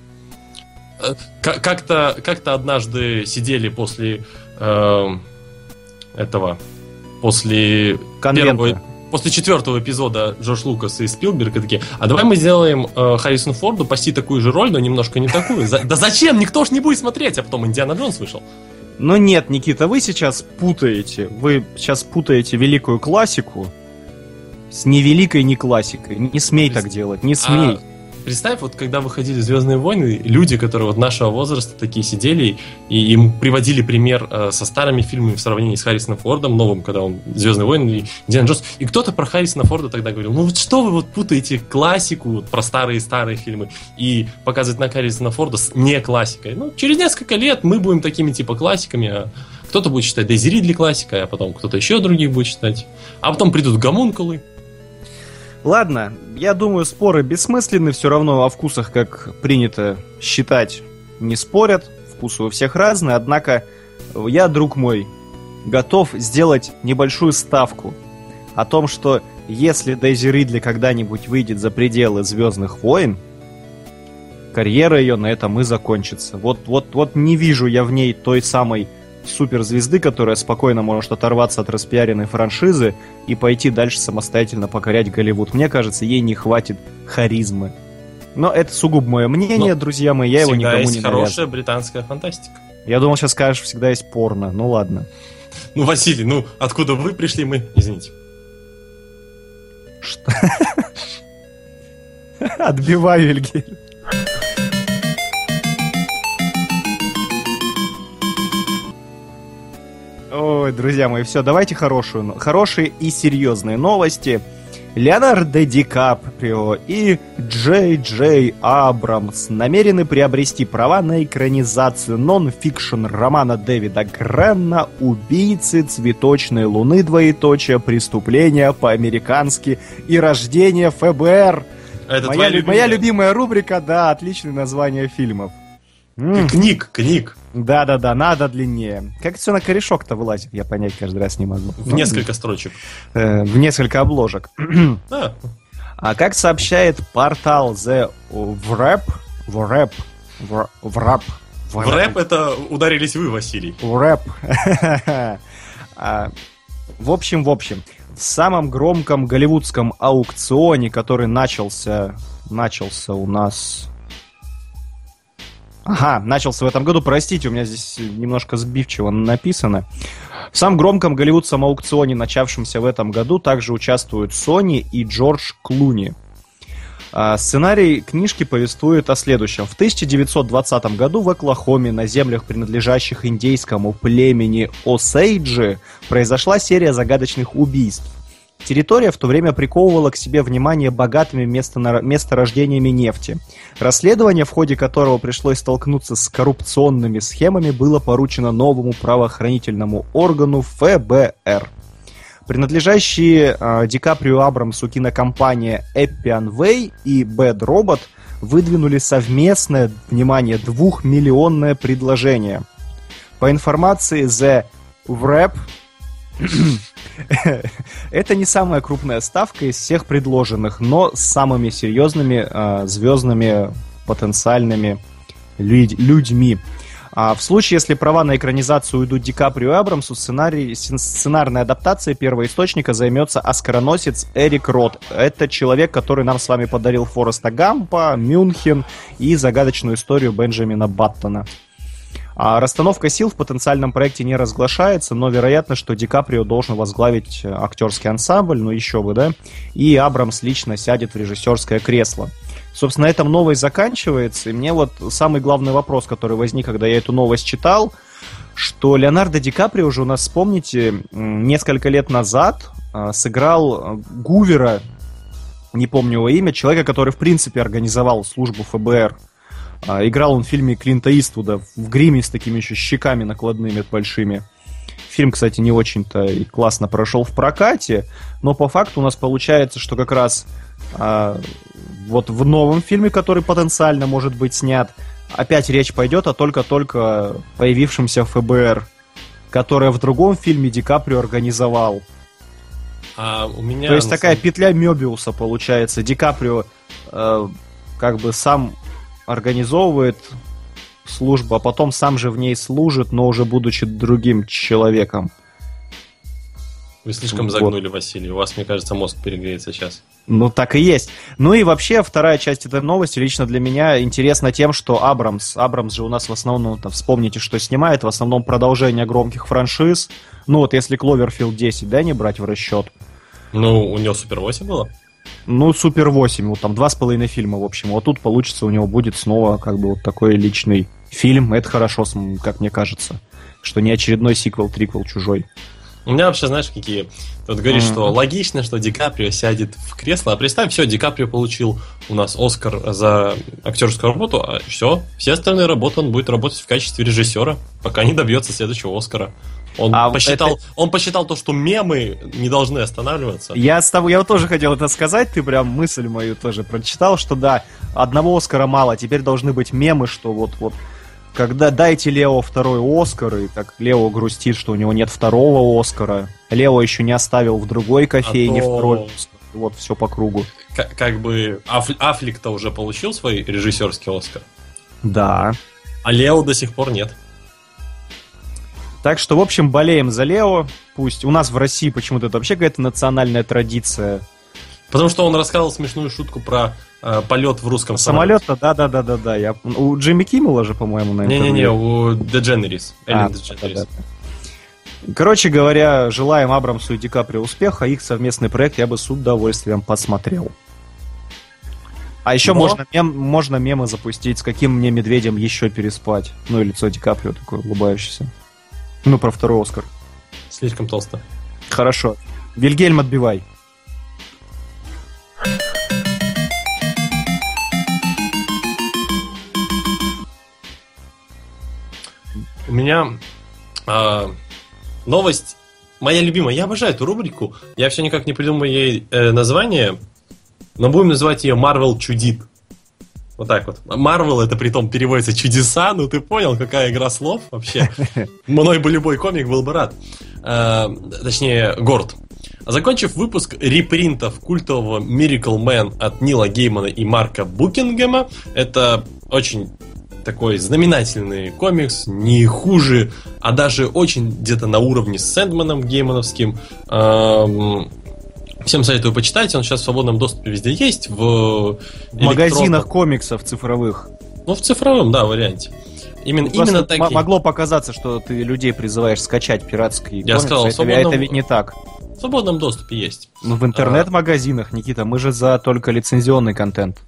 Как-то, как-то однажды сидели после э, этого, после первого, после четвертого эпизода Джордж Лукас и Спилберг и такие, а давай мы сделаем э, Харрисону Форду почти такую же роль, но немножко не такую. За, да зачем? Никто ж не будет смотреть, а потом Индиана Джонс вышел. Ну нет, Никита, вы сейчас путаете. Вы сейчас путаете великую классику с невеликой не классикой. Не смей Представь. так делать, не смей. А, представь, вот когда выходили «Звездные войны», люди, которые вот нашего возраста такие сидели, и им приводили пример э, со старыми фильмами в сравнении с Харрисоном Фордом, новым, когда он «Звездные войны» и Индиана Джонс. И кто-то про Харрисона Форда тогда говорил, ну вот что вы вот путаете классику, вот, про старые-старые фильмы, и показывать на Харрисона Форда с не классикой. Ну, через несколько лет мы будем такими типа классиками, а кто-то будет считать Дейзи Ридли классикой, а потом кто-то еще других будет считать. А потом придут гомункулы. Ладно, я думаю, споры бессмысленны, все равно о вкусах, как принято считать, не спорят, вкусы у всех разные, однако я, друг мой, готов сделать небольшую ставку о том, что если Дейзи Ридли когда-нибудь выйдет за пределы «Звездных войн», карьера ее на этом и закончится. Вот, вот, вот не вижу я в ней той самой суперзвезды, которая спокойно может оторваться от распиаренной франшизы и пойти дальше самостоятельно покорять Голливуд. Мне кажется, ей не хватит харизмы. Но это сугубо мое мнение, но друзья мои, я его никому не навязываю. Всегда есть хорошая британская фантастика. Я думал, сейчас скажешь, всегда есть порно. Ну ладно. Ну, Василий, ну откуда вы пришли, мы, извините. Что? Отбиваю, Вильгельм. Ой, друзья мои, все, давайте хорошую, хорошие и серьезные новости. Леонардо Ди Каприо и Джей Джей Абрамс намерены приобрести права на экранизацию нон-фикшн романа Дэвида Гренна «Убийцы цветочной луны, двоеточие, преступления по-американски и рождение эф бэ эр». Это моя, лю- моя любимая рубрика, да, отличное название фильмов. М-м. Книг, книг. Да-да-да, надо длиннее. Как это все на корешок-то вылазит, я понять каждый раз не могу. В ну, несколько строчек. Э, в несколько обложек. Да. А как сообщает портал The Wrap, Wrap, Wrap, Wrap, В рэп это ударились вы, Василий. Wrap. В общем, в общем, в самом громком голливудском аукционе, который начался, начался у нас... Ага, начался в этом году, простите, у меня здесь немножко сбивчиво написано. В самом громком голливудском аукционе, начавшемся в этом году, также участвуют Сони и Джордж Клуни. А, сценарий книжки повествует о следующем. В тысяча девятьсот двадцатом году в Оклахоме, на землях, принадлежащих индейскому племени Осейджи, произошла серия загадочных убийств. Территория в то время приковывала к себе внимание богатыми месторождениями нефти. Расследование, в ходе которого пришлось столкнуться с коррупционными схемами, было поручено новому правоохранительному органу эф бэ эр. Принадлежащие э, Ди Каприо Абрамсу кинокомпания Appian Way и Bad Robot выдвинули совместное, внимание, двухмиллионное предложение. По информации The Wrap, это не самая крупная ставка из всех предложенных, но с самыми серьезными э, звездными потенциальными люд- людьми. А в случае, если права на экранизацию уйдут Ди Каприо и Абрамсу, сценарий, сценарной адаптацией первоисточника займется оскароносец Эрик Рот. Это человек, который нам с вами подарил Фореста Гампа, Мюнхен и загадочную историю Бенджамина Баттона. А расстановка сил в потенциальном проекте не разглашается, но вероятно, что Ди Каприо должен возглавить актерский ансамбль, ну еще бы, да, и Абрамс лично сядет в режиссерское кресло. Собственно, на этом новость заканчивается, и мне вот самый главный вопрос, который возник, когда я эту новость читал, что Леонардо Ди Каприо уже у нас, вспомните, несколько лет назад сыграл Гувера, не помню его имя, человека, который, в принципе, организовал службу эф бэ эр. Играл он в фильме Клинта Иствуда в гриме с такими еще щеками накладными большими. Фильм, кстати, не очень-то и классно прошел в прокате, но по факту у нас получается, что как раз а, вот в новом фильме, который потенциально может быть снят, опять речь пойдет о только-только появившемся эф бэ эр, которое в другом фильме Ди Каприо организовал. А у меня... То есть такая самом... петля Мёбиуса получается. Ди Каприо э, как бы сам организовывает службу, а потом сам же в ней служит, но уже будучи другим человеком. Вы слишком вот загнули, Василий. У вас, мне кажется, мозг перегреется сейчас. Ну, так и есть. Ну и вообще, вторая часть этой новости лично для меня интересна тем, что Абрамс, Абрамс же у нас в основном, там, вспомните, что снимает, в основном продолжение громких франшиз. Ну вот если Кловерфилд десять, да, не брать в расчет. Ну, у него Супер восемь было? Ну, Супер восемь, вот там два с половиной фильма, в общем. Вот тут получится, у него будет снова как бы вот такой личный фильм. Это хорошо, как мне кажется. Что не очередной сиквел-триквел чужой. У меня вообще, знаешь, какие... Ты вот говоришь, mm-hmm. что логично, что Ди Каприо сядет в кресло. А представь, все, Ди Каприо получил у нас Оскар за актерскую работу, а все, все остальные работы он будет работать в качестве режиссера, пока не добьется следующего Оскара. Он, а посчитал, это... он посчитал то, что мемы не должны останавливаться. Я с тобой, я вот тоже хотел это сказать, ты прям мысль мою тоже прочитал, что да, одного Оскара мало, теперь должны быть мемы, что вот-вот, когда дайте Лео второй Оскар, и так Лео грустит, что у него нет второго Оскара, Лео еще не оставил в другой кофейне а то... второй Оскар, вот все по кругу. Как, как бы Аф... Аффлек-то уже получил свой режиссерский Оскар? Да. А Лео до сих пор нет. Так что, в общем, болеем за Лео. Пусть у нас в России почему-то это вообще какая-то национальная традиция. Потому что он рассказал смешную шутку про э, полет в русском самолете. Самолет-то, да-да-да-да. Я... У Джимми Киммела же, по-моему, на интервью. Не-не-не, у Дедженерис. А, да, да. Короче говоря, желаем Абрамсу и Ди Каприо успеха. Их совместный проект я бы с удовольствием посмотрел. А еще Но... можно, мем, можно мемы запустить, с каким мне медведем еще переспать. Ну и лицо Ди Каприо такое улыбающееся. Ну, про второй Оскар. Слишком толсто. Хорошо. Вильгельм, отбивай. У меня э, новость моя любимая. Я обожаю эту рубрику. Я все никак не придумаю ей э, название, но будем называть ее «Марвел чудит». Вот так вот. Марвел, это притом переводится чудеса, ну ты понял, какая игра слов вообще. Мной бы любой комик был бы рад. А, точнее, горд. Закончив выпуск репринтов культового Miracle Man от Нила Геймана и Марка Букингема, это очень такой знаменательный комикс, не хуже, а даже очень где-то на уровне с Сэндманом геймановским. Всем советую почитать, он сейчас в свободном доступе везде есть. В, в магазинах комиксов цифровых. Ну, в цифровом, да, варианте. Именно, именно так. М- могло показаться, что ты людей призываешь скачать пиратские Я комиксы. Сказал, это, свободном... это ведь не так. В свободном доступе есть. Ну, в интернет-магазинах, Никита, мы же за только лицензионный контент.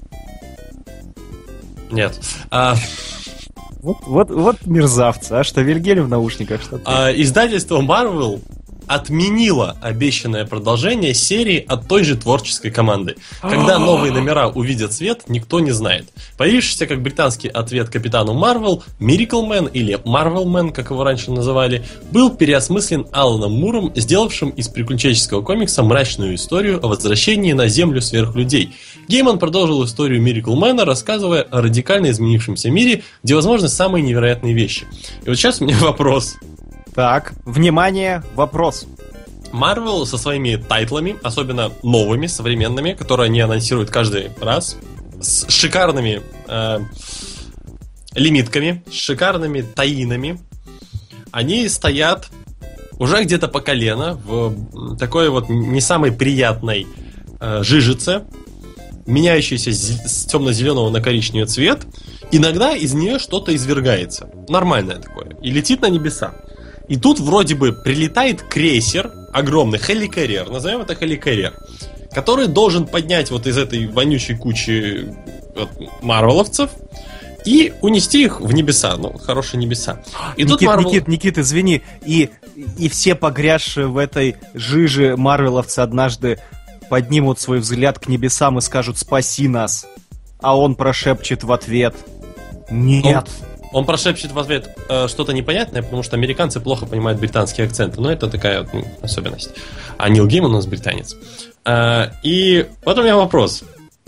Нет. А... Вот, вот, вот мерзавцы, а что Вильгельм в наушниках, что а, издательство Marvel отменила обещанное продолжение серии от той же творческой команды. Когда новые номера увидят свет, никто не знает. Появившийся как британский ответ Капитану Марвел, Miracle Man или Marvel Man, как его раньше называли, был переосмыслен Аланом Муром, сделавшим из приключенческого комикса мрачную историю о возвращении на Землю сверхлюдей. Гейман продолжил историю Miracle Man, рассказывая о радикально изменившемся мире, где возможны самые невероятные вещи. И вот сейчас у меня вопрос. Так, внимание, вопрос. Marvel со своими тайтлами, особенно новыми, современными, которые они анонсируют каждый раз, с шикарными э, лимитками, с шикарными таинами, они стоят уже где-то по колено в такой вот не самой приятной э, жижице, меняющейся с темно-зеленого на коричневый цвет. Иногда из нее что-то извергается, нормальное такое, и летит на небеса. И тут вроде бы прилетает крейсер, огромный хеликарьер, назовем это хеликарьер, который должен поднять вот из этой вонючей кучи вот, марвеловцев и унести их в небеса, ну, хорошие небеса. И Никит, тут Marvel... Никит, Никит, извини, и, и все погрязшие в этой жиже марвеловцы однажды поднимут свой взгляд к небесам и скажут «спаси нас», а он прошепчет в ответ «нет». Он, он прошепчет в ответ э, что-то непонятное, потому что американцы плохо понимают британские акценты, но это такая ну, особенность. А Нил Гейман у нас британец. Э, и вот у меня вопрос.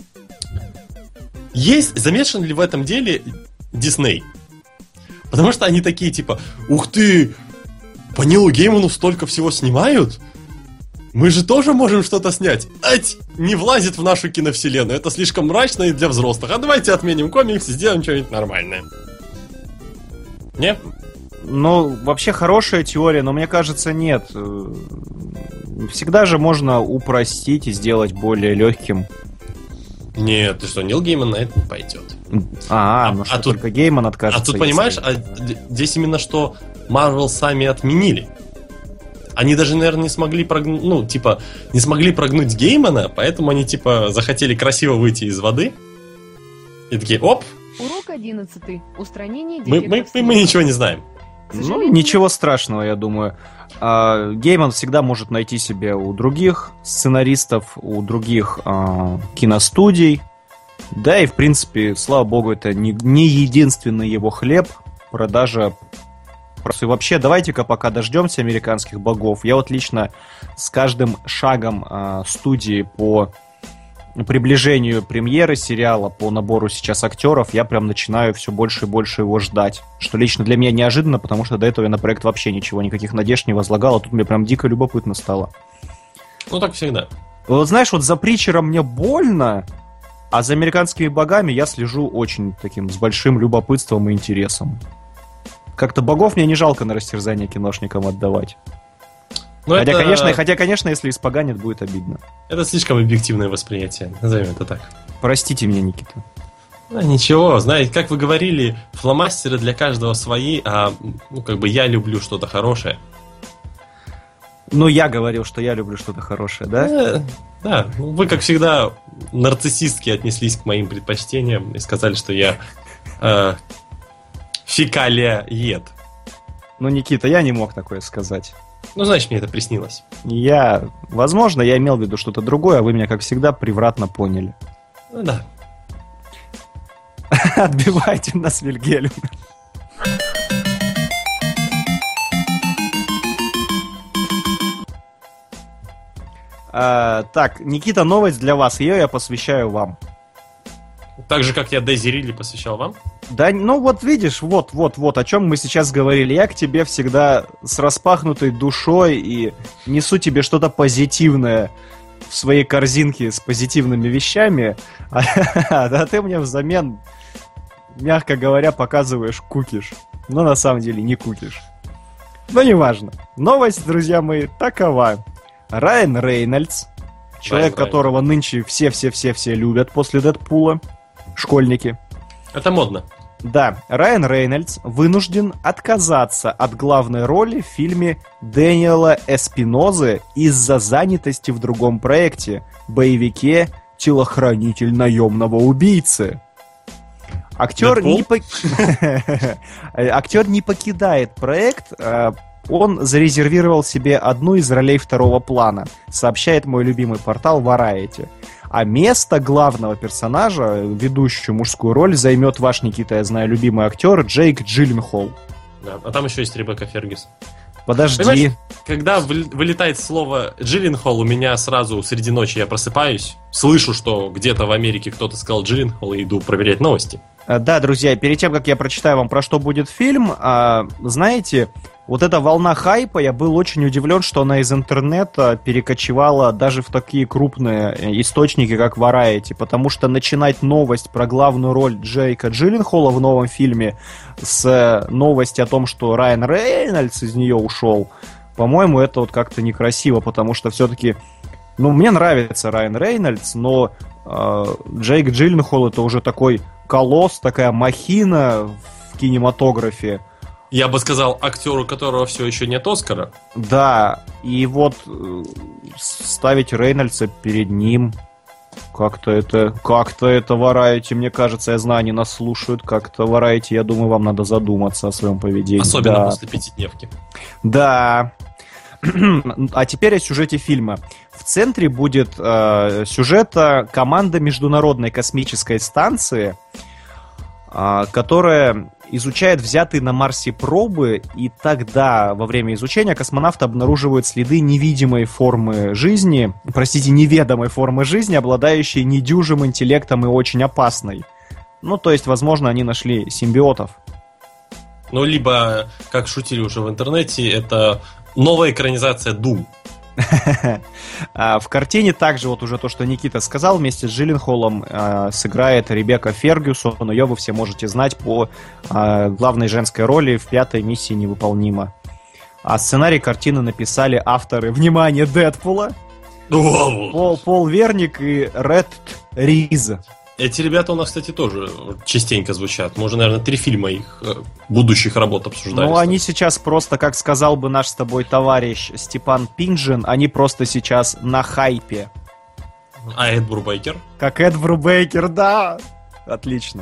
Есть, замешан ли в этом деле Дисней? Потому что они такие типа, ух ты, по Нилу Гейману столько всего снимают? Мы же тоже можем что-то снять. Ать, не влазит в нашу киновселенную. Это слишком мрачно и для взрослых. А давайте отменим комикс и сделаем что-нибудь нормальное. Не? Ну, вообще хорошая теория, но мне кажется, нет. Всегда же можно упростить и сделать более легким. Нет, ты что, Нил Гейман на это не пойдет. А, А, ну а что, тут- только Гейман откажется. А тут, если- понимаешь, а д- здесь именно что Marvel сами отменили. Они даже, наверное, не смогли прогнуть, ну, типа, не смогли прогнуть Геймана, поэтому они, типа, захотели красиво выйти из воды. И такие, оп, Урок одиннадцатый. Устранение мы, дефектов мы, мы, мы ничего не знаем. К Ну, сожалению, ничего страшного, я думаю. А, Гейман всегда может найти себе у других сценаристов, у других а, киностудий. Да и, в принципе, слава богу, это не, не единственный его хлеб. Продажа... Просто и вообще, давайте-ка пока дождемся американских богов. Я вот лично с каждым шагом а, студии по приближению премьеры сериала, по набору сейчас актеров, я прям начинаю все больше и больше его ждать. Что лично для меня неожиданно, потому что до этого я на проект вообще ничего, никаких надежд не возлагал, а тут мне прям дико любопытно стало. Ну, так всегда. Вот знаешь, вот за Притчером мне больно, а за американскими богами я слежу очень таким, с большим любопытством и интересом. Как-то богов мне не жалко на растерзание киношникам отдавать. Но Хотя, это, конечно, хотя, конечно, если испоганит, будет обидно. это слишком объективное восприятие, назовем это так. Простите меня, Никита. Ну, ничего, знаете, как вы говорили, фломастеры для каждого свои, а, ну, как бы я люблю что-то хорошее. Ну, я говорил, что я люблю что-то хорошее, да? Э, Да, ну, вы, как всегда, нарциссистски отнеслись к моим предпочтениям и сказали, что я э, фекалия-ед. Ну, Никита, я не мог такое сказать. Ну, значит, мне это приснилось. Я... Возможно, я имел в виду что-то другое, а вы меня, как всегда, превратно поняли. Ну, да. Отбивайте нас, Вильгельм. А, так, Никита, новость для вас. Ее я посвящаю вам. Так же, как я Дейзи Ридли посвящал вам. Да, ну вот видишь, вот, вот, вот, о чем мы сейчас говорили. Я к тебе всегда с распахнутой душой и несу тебе что-то позитивное в своей корзинке с позитивными вещами, а, а ты мне взамен, мягко говоря, показываешь кукиш. Но на самом деле не кукиш. Но неважно. Новость, друзья мои, такова. Райан Рейнольдс, человек, Райан. которого нынче все-все-все-все любят после Дэдпула, школьники. Это модно. Да, Райан Рейнольдс вынужден отказаться от главной роли в фильме Дэниела Эспинозы из-за занятости в другом проекте, боевике «Телохранитель наемного убийцы». Актер не, по- Актер не покидает проект, а, он зарезервировал себе одну из ролей второго плана, сообщает мой любимый портал Variety. А место главного персонажа, ведущую мужскую роль, займет ваш, Никита, я знаю, любимый актер Джейк Джилленхол. Да, а там еще есть Ребекка Фергюсон. Подожди. Понимаешь, когда вылетает слово Джилленхол, у меня сразу среди ночи я просыпаюсь, слышу, что где-то в Америке кто-то сказал Джилленхол, и иду проверять новости. Да, друзья, перед тем, как я прочитаю вам, про что будет фильм, знаете, вот эта волна хайпа, я был очень удивлен, что она из интернета перекочевала даже в такие крупные источники, как Variety, потому что начинать новость про главную роль Джейка Джилленхола в новом фильме с новости о том, что Райан Рейнольдс из нее ушел, по-моему, это вот как-то некрасиво, потому что все-таки, ну, мне нравится Райан Рейнольдс, но э, Джейк Джилленхол это уже такой колосс, такая махина в кинематографе. Я бы сказал, актеру, которого все еще нет Оскара. Да, и вот э, ставить Рейнольдса перед ним, как-то это, как-то это Variety, мне кажется, я знаю, они нас слушают, как-то Variety, я думаю, вам надо задуматься о своем поведении. Особенно да. после пятидневки. Да. А теперь о сюжете фильма. В центре будет э, сюжета команда Международной космической станции, э, которая изучает взятые на Марсе пробы, и тогда, во время изучения, космонавты обнаруживают следы невидимой формы жизни, простите, неведомой формы жизни, обладающей недюжим интеллектом и очень опасной. Ну, то есть, возможно, они нашли симбиотов. Ну, либо, как шутили уже в интернете, это новая экранизация Doom. В картине также вот уже то, что Никита сказал, вместе с Джилленхолом э, сыграет Ребекка Фергюсон. Ее вы все можете знать по э, главной женской роли в пятой миссии «Невыполнима». А сценарий картины написали авторы, внимание, Дэдпула, Пол, Пол Верник и Ред Риз. Эти ребята у нас, кстати, тоже частенько звучат. Мы уже, наверное, три фильма их э, будущих работ обсуждали. Ну, они сейчас просто, как сказал бы наш с тобой товарищ Степан Пинжин, они просто сейчас на хайпе. А Эд Брубейкер? Как Эд Брубейкер, да! Отлично.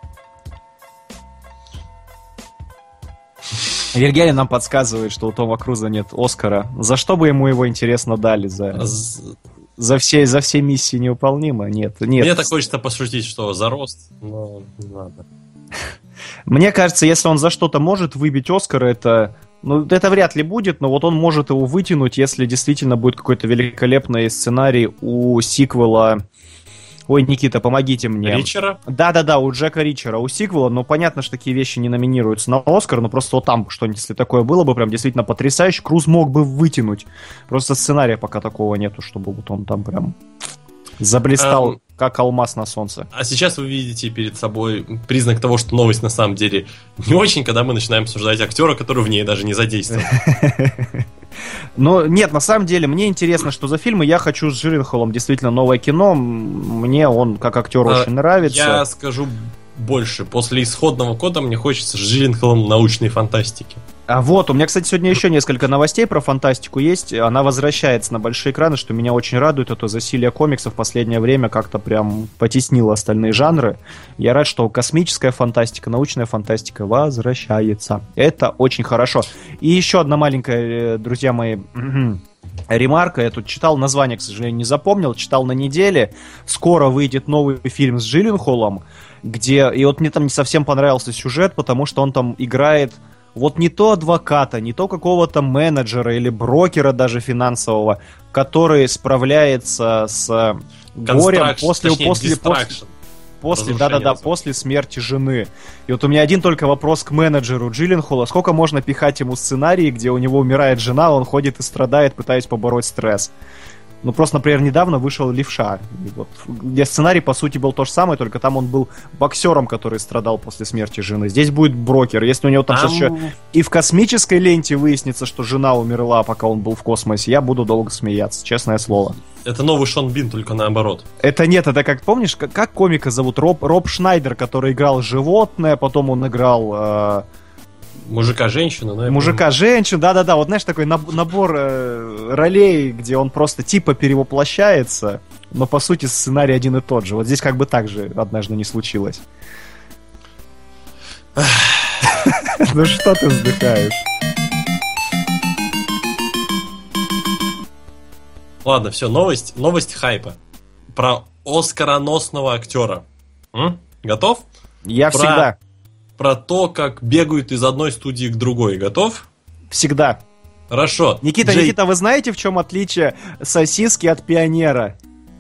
Вильгельм нам подсказывает, что у Тома Круза нет Оскара. За что бы ему его, интересно, дали? За... За все, за все миссии невыполнимо? Нет, нет. Мне так хочется пошутить, что за рост, но не надо. Мне кажется, если он за что-то может выбить Оскар, это... Ну, это вряд ли будет, но вот он может его вытянуть, если действительно будет какой-то великолепный сценарий у сиквела... Ой, Никита, помогите мне. Ричера? Да-да-да, у Джека Ричера, у сиквела, но понятно, что такие вещи не номинируются на Оскар, но просто вот там что-нибудь, если такое было бы, прям действительно потрясающе, Круз мог бы вытянуть. Просто сценария пока такого нету, чтобы вот он там прям заблистал, um, как алмаз на солнце. А сейчас вы видите перед собой признак того, что новость на самом деле не очень, когда мы начинаем обсуждать актера, который в ней даже не задействован. Но нет, на самом деле, мне интересно, что за фильмы. Я хочу с Джилленхолом действительно новое кино. Мне он как актер а, очень нравится. Я скажу больше. После «Исходного кода» мне хочется с Джилленхолом научной фантастики. А вот, у меня, кстати, сегодня еще несколько новостей про фантастику есть. Она возвращается на большие экраны, что меня очень радует. Это засилие комиксов в последнее время как-то прям потеснило остальные жанры. Я рад, что космическая фантастика, научная фантастика возвращается. Это очень хорошо. И еще одна маленькая, друзья мои, ремарка. Я тут читал, название, к сожалению, не запомнил. Читал на неделе. Скоро выйдет новый фильм с Джилленхолом, где... И вот мне там не совсем понравился сюжет, потому что он там играет... Вот не то адвоката, не то какого-то менеджера или брокера даже финансового, который справляется с горем после, точнее, после, после, после, да-да-да, после смерти жены. И вот у меня один только вопрос к менеджеру Джилленхола. Сколько можно пихать ему сценарии, где у него умирает жена, он ходит и страдает, пытаясь побороть стресс? Ну, просто, например, недавно вышел «Левша», вот, где сценарий, по сути, был то же самое, только там он был боксером, который страдал после смерти жены. Здесь будет брокер. Если у него там, там... сейчас еще и в космической ленте выяснится, что жена умерла, пока он был в космосе, я буду долго смеяться, честное слово. Это новый Шон Бин, только наоборот. Это нет, это как, помнишь, как, как комика зовут? Роб, Роб Шнайдер, который играл животное, потом он играл... Э... Мужика-женщину, да? Мужика-женщину, да-да-да, вот знаешь, такой набор э, ролей, где он просто типа перевоплощается, но по сути сценарий один и тот же. Вот здесь как бы так же однажды не случилось. Ну что ты вздыхаешь? Ладно, все, новость, новость хайпа. Про оскароносного актера. М? Готов? Я Про- всегда. Про то, как бегают из одной студии к другой. Готов? Всегда. Хорошо. Никита, Джей- Никита, вы знаете, в чем отличие сосиски от пионера?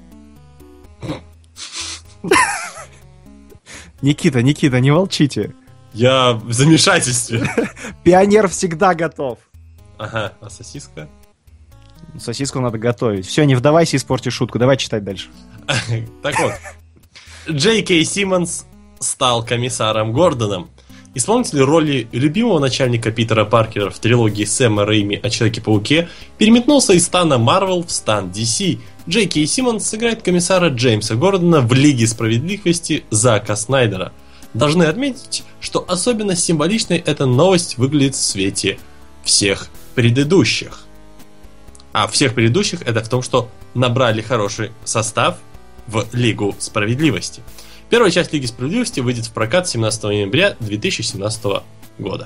Никита, Никита, не молчите. Я в замешательстве. Пионер всегда готов. Ага, а сосиска? Сосиску надо готовить. Все, не вдавайся, испорти шутку. Давай читать дальше. Так вот. Джей Кей Симмонс стал комиссаром Гордоном. Исполнитель роли любимого начальника Питера Паркера в трилогии Сэма Рэйми о Человеке-пауке переметнулся из стана Марвел в стан Ди Си. Джей Кей Симмонс сыграет комиссара Джеймса Гордона в Лиге Справедливости Зака Снайдера. Должны отметить, что особенно символичной эта новость выглядит в свете всех предыдущих. А всех предыдущих это в том, что набрали хороший состав в Лигу Справедливости. Первая часть Лиги Справедливости выйдет в прокат семнадцатого ноября две тысячи семнадцатого года.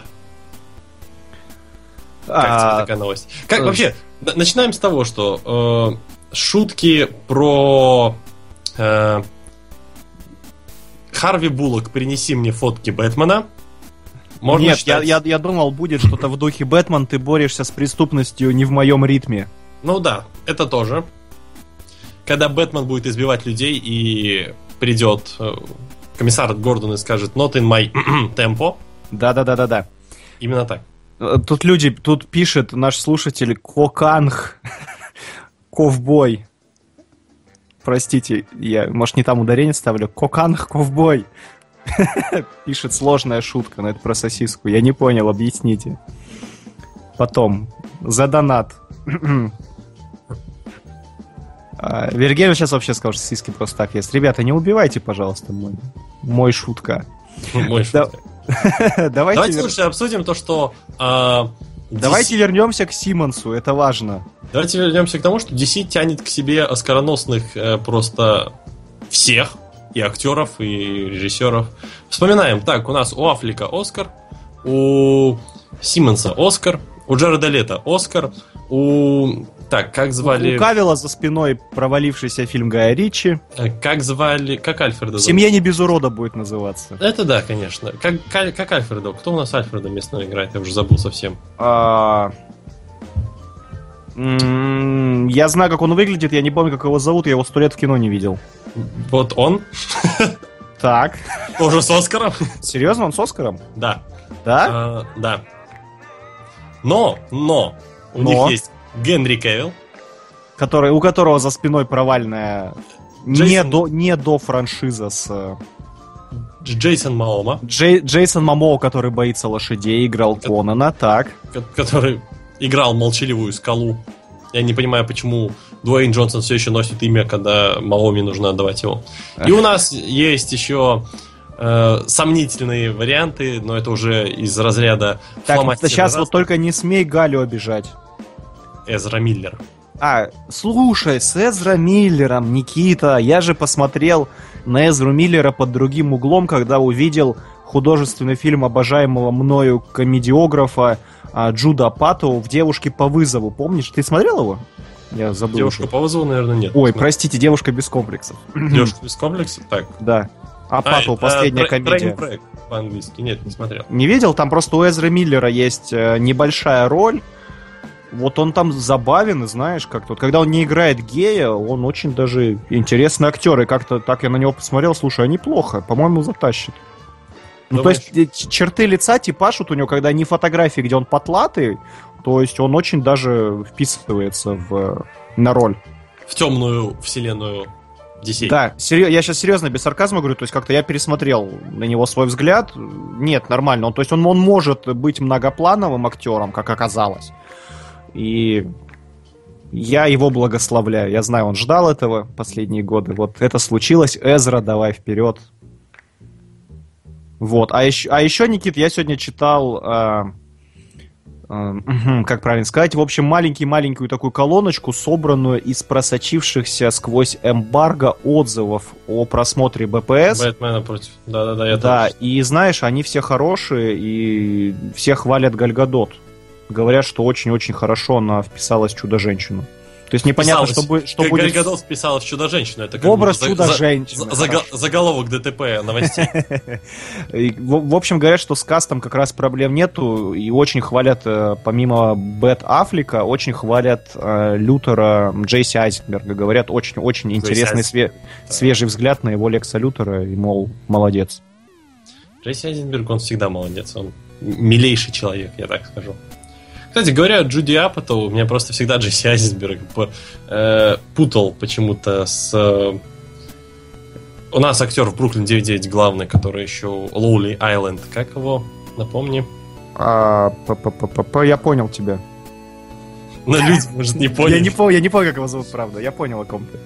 Как тебе А, такая новость? Как э, вообще? н- Начинаем с того, что э, шутки про э, Харви Буллок «Принеси мне фотки Бэтмена». Можно Нет, я, считать- я, я думал, будет что-то в духе Бэтмен, ты борешься с преступностью не в моем ритме. Ну да, это тоже. Когда Бэтмен будет избивать людей и придет э, комиссар Гордон и скажет «Not in my tempo». Да-да-да-да-да. Именно так. Э, Тут люди, тут пишет наш слушатель Коканг Ковбой. Простите, я, может, не там ударение ставлю. Коканг Ковбой. Пишет сложная шутка, но это про сосиску. Я не понял, объясните. Потом, за донат. А, Вергель сейчас вообще сказал, что сосиски просто так есть. Ребята, не убивайте, пожалуйста, мой, мой шутка. Мой Да. шутка. Давайте, Давайте вер- лучше обсудим то, что э, Давайте вернемся к Симмонсу, это важно. Давайте вернемся к тому, что Ди Си тянет к себе оскароносных э, просто всех, и актеров, и режиссеров. Вспоминаем, так, у нас у Аффлека Оскар, у Симмонса Оскар, у Джареда Лето Оскар, у... Так, как звали... У Кавилла за спиной провалившийся фильм Гая Ричи. э, Как звали... Как Альфреда В зовут? «Семье не без урода» будет называться. Это да, конечно. Как, как, как Альфреда? Кто у нас Альфреда местного играет? Я уже забыл совсем. А, м, Я знаю, как он выглядит, я не помню, как его зовут, я его сто лет в кино не видел. Вот он, Так, тоже с Оскаром. серьезно, он с Оскаром? Да. Да? А, да. Но, но, у Но. них есть Генри Кевилл. Который, у которого за спиной провальная не Джейсон- до, не до франшиза с э, Джейсон Маома, Джей- Джейсон Момоу, который боится лошадей, играл Конана, так. ко- который играл молчаливую скалу. Я не понимаю, почему Дуэйн Джонсон все еще носит имя, когда Маоми нужно отдавать его. И у нас есть еще э, сомнительные варианты, но это уже из разряда Так, фломастера сейчас вот разных. только не смей Галю обижать. Эзра Миллер. А, слушай, с Эзра Миллером, Никита, я же посмотрел на Эзру Миллера под другим углом, когда увидел художественный фильм обожаемого мною комедиографа а, Джуда Апатоу в «Девушке по вызову». Помнишь? Ты смотрел его? Я забыл. Девушка уже. по вызову, наверное, нет. Ой, Смотри. простите, «Девушка без комплексов». Девушка без комплекса? Так. Да. Апатоу, А, последняя э, комедия. Train Wreck по-английски. Нет, не смотрел. Не видел? Там просто у Эзры Миллера есть э, небольшая роль. Вот он там забавен, и знаешь, как-то. Вот, когда он не играет гея, он очень даже интересный актер. И как-то так я на него посмотрел, слушай, а неплохо. По-моему, затащит. Ну, Думаешь? то есть, э, черты лица типаж вот у него, когда не фотографии, где он потлатый, то есть он очень даже вписывается в, на роль. В темную вселенную Ди Си. Да, серьё- я сейчас серьезно, без сарказма говорю, то есть как-то я пересмотрел на него свой взгляд. Нет, нормально. Он, то есть он, он может быть многоплановым актером, как оказалось. И я его благословляю. Я знаю, он ждал этого последние годы. Вот это случилось. Эзра, давай вперед. Вот. А еще, а еще, Никит, я сегодня читал... э, э, как правильно сказать? В общем, маленькую-маленькую такую колоночку, собранную из просочившихся сквозь эмбарго отзывов о просмотре Бэ Пэ Эс. Бэтмена против. Да-да-да, я Да, тоже. и знаешь, они все хорошие, и все хвалят Галь Гадот. Говорят, что очень-очень хорошо она вписалась в Чудо-женщину. То есть непонятно, что, будет, что будет... Гальгадот вписалась в «Чудо-женщину». Это как образ за, Чудо-женщины. За, за, заголовок ДТП новостей. В, в общем, говорят, что с кастом как раз проблем нету. И очень хвалят, помимо Бет Аффлека, очень хвалят э, Лютера Джейси Айзенберга. Говорят, очень-очень интересный све- свежий взгляд на его Лекса Лютера. И, мол, молодец. Джейси Айзенберг, он всегда молодец. Он милейший человек, я так скажу. Кстати говоря, Джуди Апатоу, у меня просто всегда Джесси Айзенберг э, путал почему-то с... Э, у нас актер в Бруклин девять девять главный, который еще Лоули Айленд. Как его? Напомни. А, я понял тебя. Но люди, может, не поняли. Я не помню, я не помню, как его зовут, правда. Я понял, о ком ты.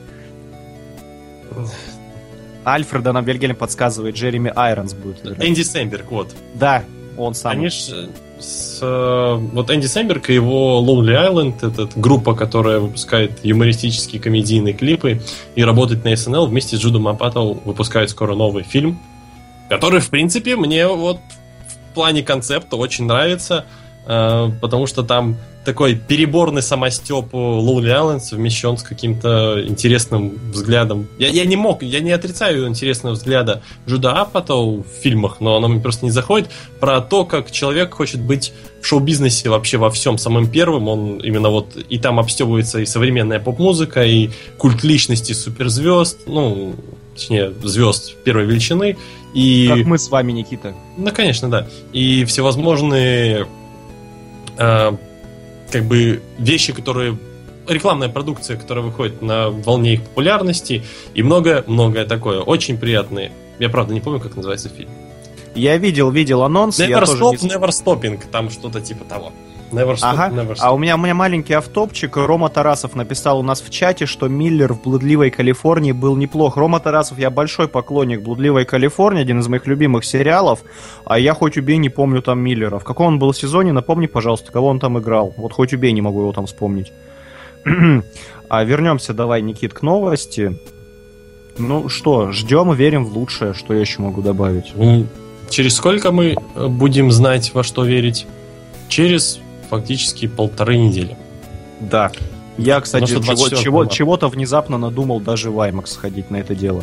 Альфреда нам Вильгельм подсказывает, Джереми Айронс будет. Энди Сэмберг, вот. Да, он сам. Они ж с, вот Энди Сэмберг и его Lonely Island, это группа, которая выпускает юмористические комедийные клипы и работает на эс эн эл, вместе с Джудом Апатоу выпускают скоро новый фильм, который, в принципе, мне вот в плане концепта очень нравится, потому что там такой переборный самостёб Lonely Island совмещен с каким-то интересным взглядом. Я, я не мог, я не отрицаю интересного взгляда Джуда Апатоу в фильмах, но оно мне просто не заходит, про то, как человек хочет быть в шоу-бизнесе вообще во всем самым первым. Он именно вот и там обстёбывается и современная поп-музыка, и культ личности суперзвезд, ну, точнее, звезд первой величины. И... Как мы с вами, Никита. Ну, конечно, да. И всевозможные... Э, как бы вещи, которые... Рекламная продукция, которая выходит на волне их популярности, и многое-многое такое. Очень приятные. Я, правда, не помню, как называется фильм. Я видел, видел анонс. Never я Stop, тоже не... Never Stopping. Там что-то типа того. Never Stop, ага. Never Stop. А у меня, у меня маленький автопчик. Рома Тарасов написал у нас в чате, что Миллер в «Блудливой Калифорнии» был неплох. Рома Тарасов, я большой поклонник «Блудливой Калифорнии», один из моих любимых сериалов. А я хоть убей не помню там Миллера. В каком он был сезоне, напомни, пожалуйста, кого он там играл. Вот хоть убей не могу его там вспомнить. А вернемся давай, Никит, к новости. Ну что, ждем и верим в лучшее. Что я еще могу добавить? Через сколько мы будем знать, во что верить? Через фактически полторы недели. Да. Я, кстати, чего, чего, чего-то внезапно надумал даже в IMAX сходить на это дело.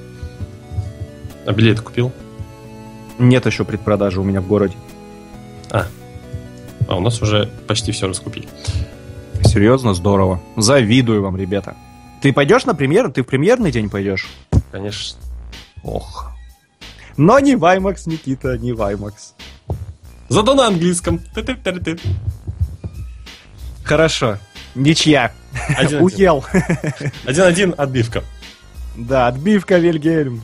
А билеты купил? Нет еще предпродажи у меня в городе. А, а у нас уже почти все раскупили. Серьезно? Здорово. Завидую вам, ребята. Ты пойдешь на премьеру? Ты в премьерный день пойдешь? Конечно. Ох. Но не в IMAX, Никита, не в IMAX. Зато на английском. Ты-ты-ты-ты. Хорошо. Ничья. Один-один. Уел. Один-один, отбивка. Да, отбивка, Вильгельм.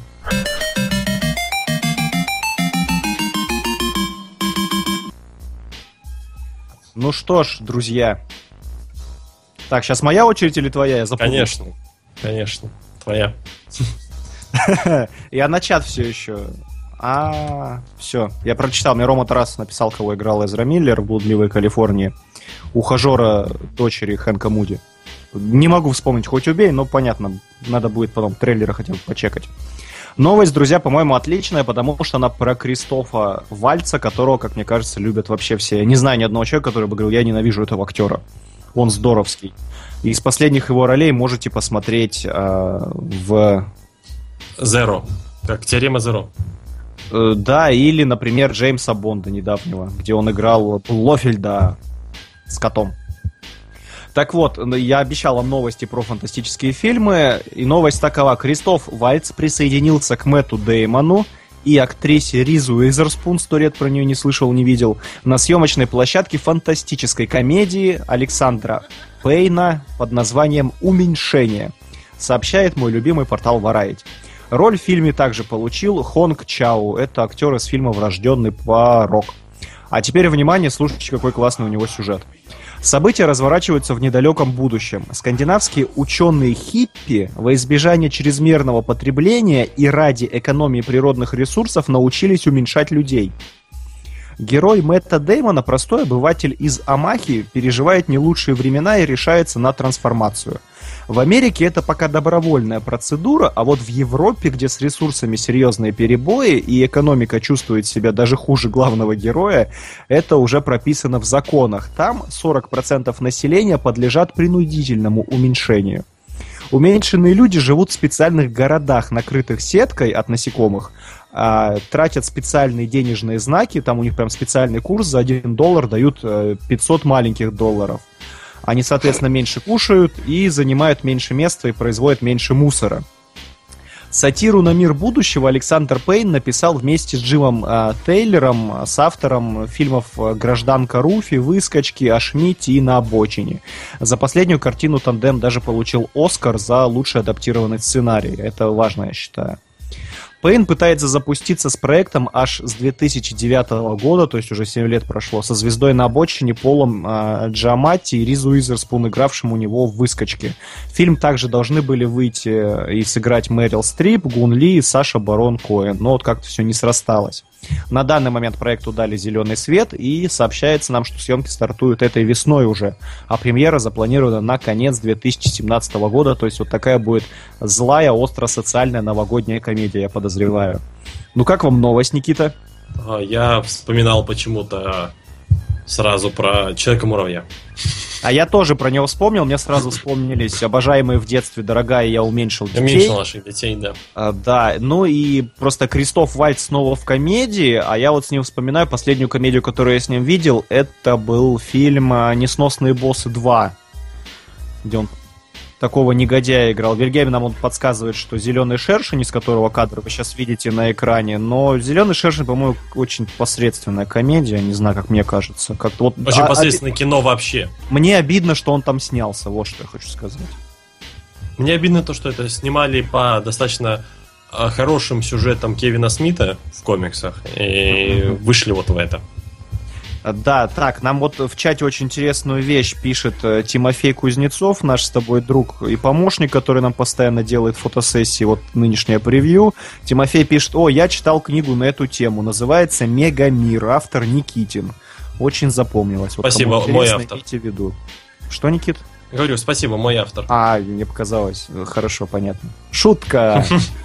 Ну что ж, друзья. Так, сейчас моя очередь или твоя? Я запутался. Конечно, конечно, твоя. Я на чат все еще. А, все. Я прочитал. Мне Рома Тарасов написал, кого играл Эзра Миллер в «Блудливой Калифорнии». Ухажера дочери Хэнка Муди. Не могу вспомнить, хоть убей, но понятно. Надо будет потом трейлеры хотя бы почекать. Новость, друзья, по-моему, отличная, потому что она про Кристофа Вальца, которого, как мне кажется, любят вообще все. Я не знаю ни одного человека, который бы говорил, я ненавижу этого актера. Он здоровский. И из последних его ролей можете посмотреть э, в... Zero. Как теорема Zero. Э, да, или, например, Джеймса Бонда недавнего, где он играл Лофельда с котом. Так вот, я обещал вам новости про фантастические фильмы, и новость такова. Кристоф Вальц присоединился к Мэтту Деймону и актрисе Ризу Уизерспун, сто лет про нее не слышал, не видел, на съемочной площадке фантастической комедии Александра Пейна под названием «Уменьшение», сообщает мой любимый портал Variety. Роль в фильме также получил Хонг Чау, это актер из фильма «Врожденный порок». А теперь, внимание, слушайте, какой классный у него сюжет. События разворачиваются в недалеком будущем. Скандинавские ученые-хиппи во избежание чрезмерного потребления и ради экономии природных ресурсов научились уменьшать людей. Герой Мэтта Деймона, простой обыватель из Амахи, переживает не лучшие времена и решается на трансформацию. В Америке это пока добровольная процедура, а вот в Европе, где с ресурсами серьезные перебои и экономика чувствует себя даже хуже главного героя, это уже прописано в законах. Там сорок процентов населения подлежат принудительному уменьшению. Уменьшенные люди живут в специальных городах, накрытых сеткой от насекомых, а, тратят специальные денежные знаки, там у них прям специальный курс, за один доллар дают а, пятьсот маленьких долларов. Они, соответственно, меньше кушают и занимают меньше места и производят меньше мусора. Сатиру на мир будущего Александр Пейн написал вместе с Джимом э, Тейлором, с автором фильмов «Гражданка Руфи», «Выскочки», «О Шмидте» и «На обочине». За последнюю картину тандем даже получил Оскар за лучший адаптированный сценарий. Это важно, я считаю. Пейн пытается запуститься с проектом аж с две тысячи девятого года, то есть уже семь лет прошло, со звездой на обочине Полом э, Джаматти и Ризу Уизерспун, игравшим у него в «Выскочке». Фильм также должны были выйти и сыграть Мэрил Стрип, Гун Ли и Саша Барон Коэн, но вот как-то все не срасталось. На данный момент проекту дали зеленый свет, и сообщается нам, что съемки стартуют этой весной уже, а премьера запланирована на конец две тысячи семнадцатого года, то есть вот такая будет злая, остро-социальная новогодняя комедия, я подозреваю. Ну как вам новость, Никита? Я вспоминал почему-то сразу про Человека-муравья. А я тоже про него вспомнил, мне сразу вспомнились «Обожаемые в детстве», «Дорогая, я уменьшил детей». Уменьшил наших детей, да. А, да, ну и просто Кристоф Вальтз снова в комедии, а я вот с ним вспоминаю последнюю комедию, которую я с ним видел, это был фильм «Несносные боссы два», где он такого негодяя играл. Вильгельм нам он подсказывает, что «Зеленый шершень», из которого кадр вы сейчас видите на экране, но «Зеленый шершень», по-моему, очень посредственная комедия, не знаю, как мне кажется. Как-то вот, очень а, посредственное а, кино вообще. Мне обидно, что он там снялся, вот что я хочу сказать. Мне обидно то, что это снимали по достаточно хорошим сюжетам Кевина Смита в комиксах и вышли вот в это. Да, так, нам вот в чате очень интересную вещь пишет э, Тимофей Кузнецов, наш с тобой друг и помощник, который нам постоянно делает фотосессии, вот нынешнее превью. Тимофей пишет: о, я читал книгу на эту тему, называется «Мегамир», автор Никитин. Очень запомнилось. Вот, спасибо, мой автор. Имейте в виду. Что, Никит? Говорю, спасибо, мой автор. А, мне показалось. Хорошо, понятно. Шутка!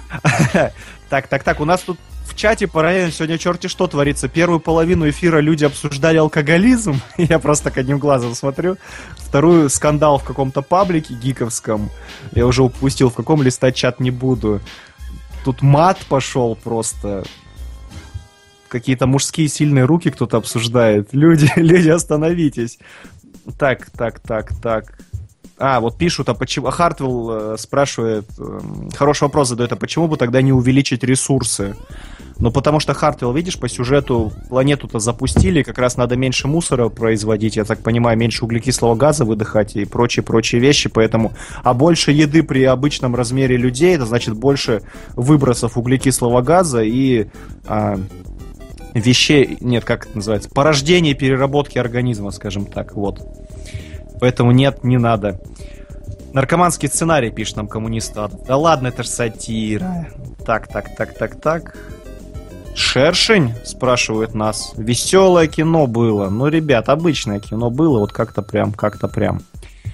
Так, так, так, у нас тут в чате параллельно сегодня черти что творится. Первую половину эфира люди обсуждали алкоголизм. Я просто так одним глазом смотрю. Вторую — скандал в каком-то паблике гиковском. Я уже упустил, в каком, листать чат не буду. Тут мат пошел просто. Какие-то мужские сильные руки кто-то обсуждает. Люди, люди, остановитесь. Так, так, так, так. А, вот пишут, а почему... А Хартвелл э, спрашивает, э, хороший вопрос задает, а почему бы тогда не увеличить ресурсы? Ну, потому что Хартвелл, видишь, по сюжету планету-то запустили, как раз надо меньше мусора производить, я так понимаю, меньше углекислого газа выдыхать и прочие-прочие вещи, поэтому... А больше еды при обычном размере людей, это значит больше выбросов углекислого газа и... А, вещей... Нет, как это называется? Порождение переработки организма, скажем так, вот. Поэтому нет, не надо. Наркоманский сценарий, пишет нам коммунист. Да ладно, это ж сатира. Так, так, так, так, так. Шершень, спрашивает нас. Веселое кино было. Ну, ребят, обычное кино было. Вот как-то прям, как-то прям.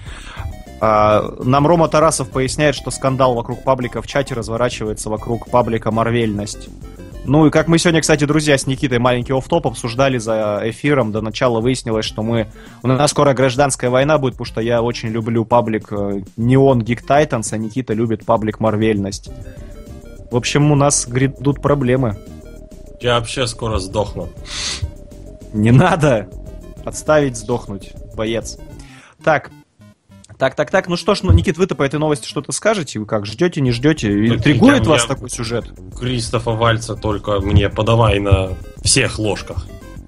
А, нам Рома Тарасов поясняет, что скандал вокруг паблика в чате разворачивается вокруг паблика «Марвельность». Ну и как мы сегодня, кстати, друзья, с Никитой маленький офф-топ обсуждали за эфиром, до начала выяснилось, что мы... У нас скоро гражданская война будет, потому что я очень люблю паблик Neon Geek Titans, а Никита любит паблик Марвельность. В общем, у нас грядут проблемы. Я вообще скоро сдохну. Не надо! Отставить сдохнуть, боец. Так... Так, так, так, ну что ж, ну, Никит, вы-то по этой новости что-то скажете? Вы как, ждете, не ждете? Интригует я, вас я, такой сюжет? Кристофа Вальца только мне подавай на всех ложках.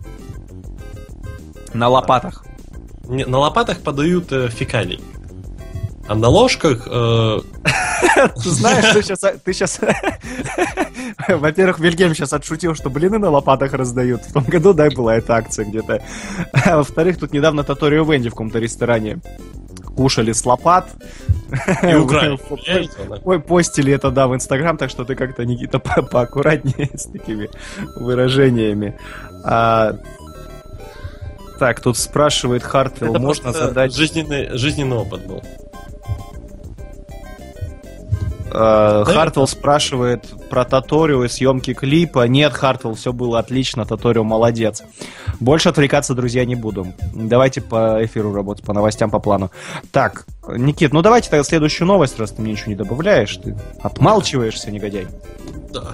На лопатах? Не, на лопатах подают э, фекалий. А на ложках... Э... Ты знаешь, ты сейчас... Ты сейчас... Во-первых, Вильгельм сейчас отшутил, что блины на лопатах раздают. В том году, да, была эта акция где-то. А во-вторых, тут недавно Тоторио Венди в каком-то ресторане кушали с лопат. И украли. Ой, постили это, да, в Инстаграм, так что ты как-то, Никита, по поаккуратнее с такими выражениями. А... Так, тут спрашивает Хартвелл, можно это задать... Жизненный, жизненный опыт был. Э, Хартвелл спрашивает про Тоторио и съемки клипа. Нет, Хартвелл, все было отлично, Тоторио молодец. Больше отвлекаться, друзья, не буду. Давайте по эфиру работать, по новостям, по плану. Так, Никит, ну давайте тогда следующую новость, раз ты мне ничего не добавляешь. Ты отмалчиваешься, негодяй. Да.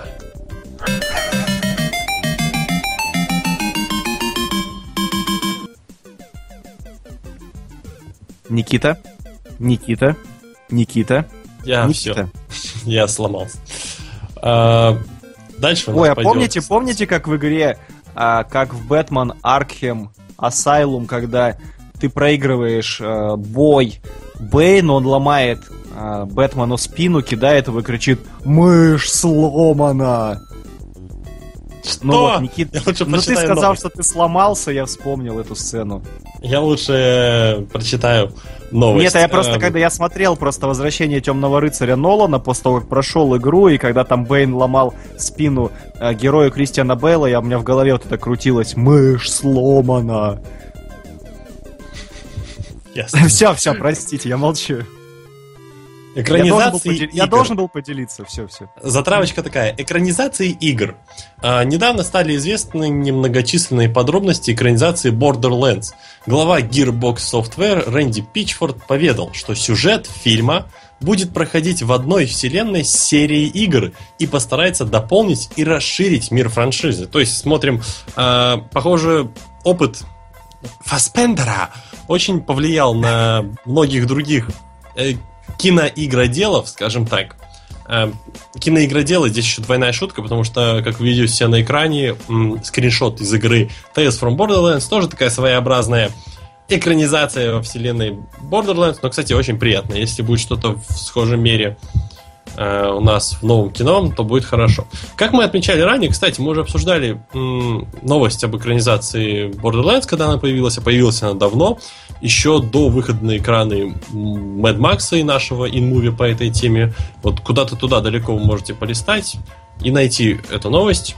Никита, Никита, Никита. Я Никита. все. Я сломался. А, дальше у нас Ой, а пойдет... помните, помните, как в игре, а, как в Бэтмен Аркхем Асайлум, когда ты проигрываешь а, бой Бэйн, он ломает а, Бэтмену спину, кидает его и кричит: «Мышь сломана!» Что? Ну вот, Никит, Я лучше ну ты прочитаю сказал, новость. что ты сломался, я вспомнил эту сцену. Я лучше прочитаю новость. Нет, а я просто, Эм, когда я смотрел просто «Возвращение Темного рыцаря» Нолана, после того, как прошел игру, и когда там Бэйн ломал спину э, герою Кристиана Бейла, я, у меня в голове вот это крутилось: «Мышь сломана!» ясно. Все, все, простите, я молчу. Я должен, был Экранизации подел- я игр. должен был поделиться, все, все. Затравочка такая. Экранизации игр. А, недавно стали известны немногочисленные подробности экранизации Borderlands. Глава Gearbox Software Рэнди Пичфорд поведал, что сюжет фильма будет проходить в одной вселенной с серией игр и постарается дополнить и расширить мир франшизы. То есть смотрим, а, похоже, опыт Фассбендера очень повлиял на многих других э, киноигроделов, скажем так. Э, киноигроделы, здесь еще двойная шутка, потому что, как вы видите все на экране, м, скриншот из игры Tales from Borderlands тоже такая своеобразная экранизация во вселенной Borderlands, но, кстати, очень приятно. Если будет что-то в схожем мере э, у нас в новом кино, то будет хорошо. Как мы отмечали ранее, кстати, мы уже обсуждали м, новость об экранизации Borderlands, когда она появилась, а появилась она давно, еще до выхода на экраны Mad Max и нашего инмуви по этой теме. Вот куда-то туда далеко вы можете полистать и найти эту новость.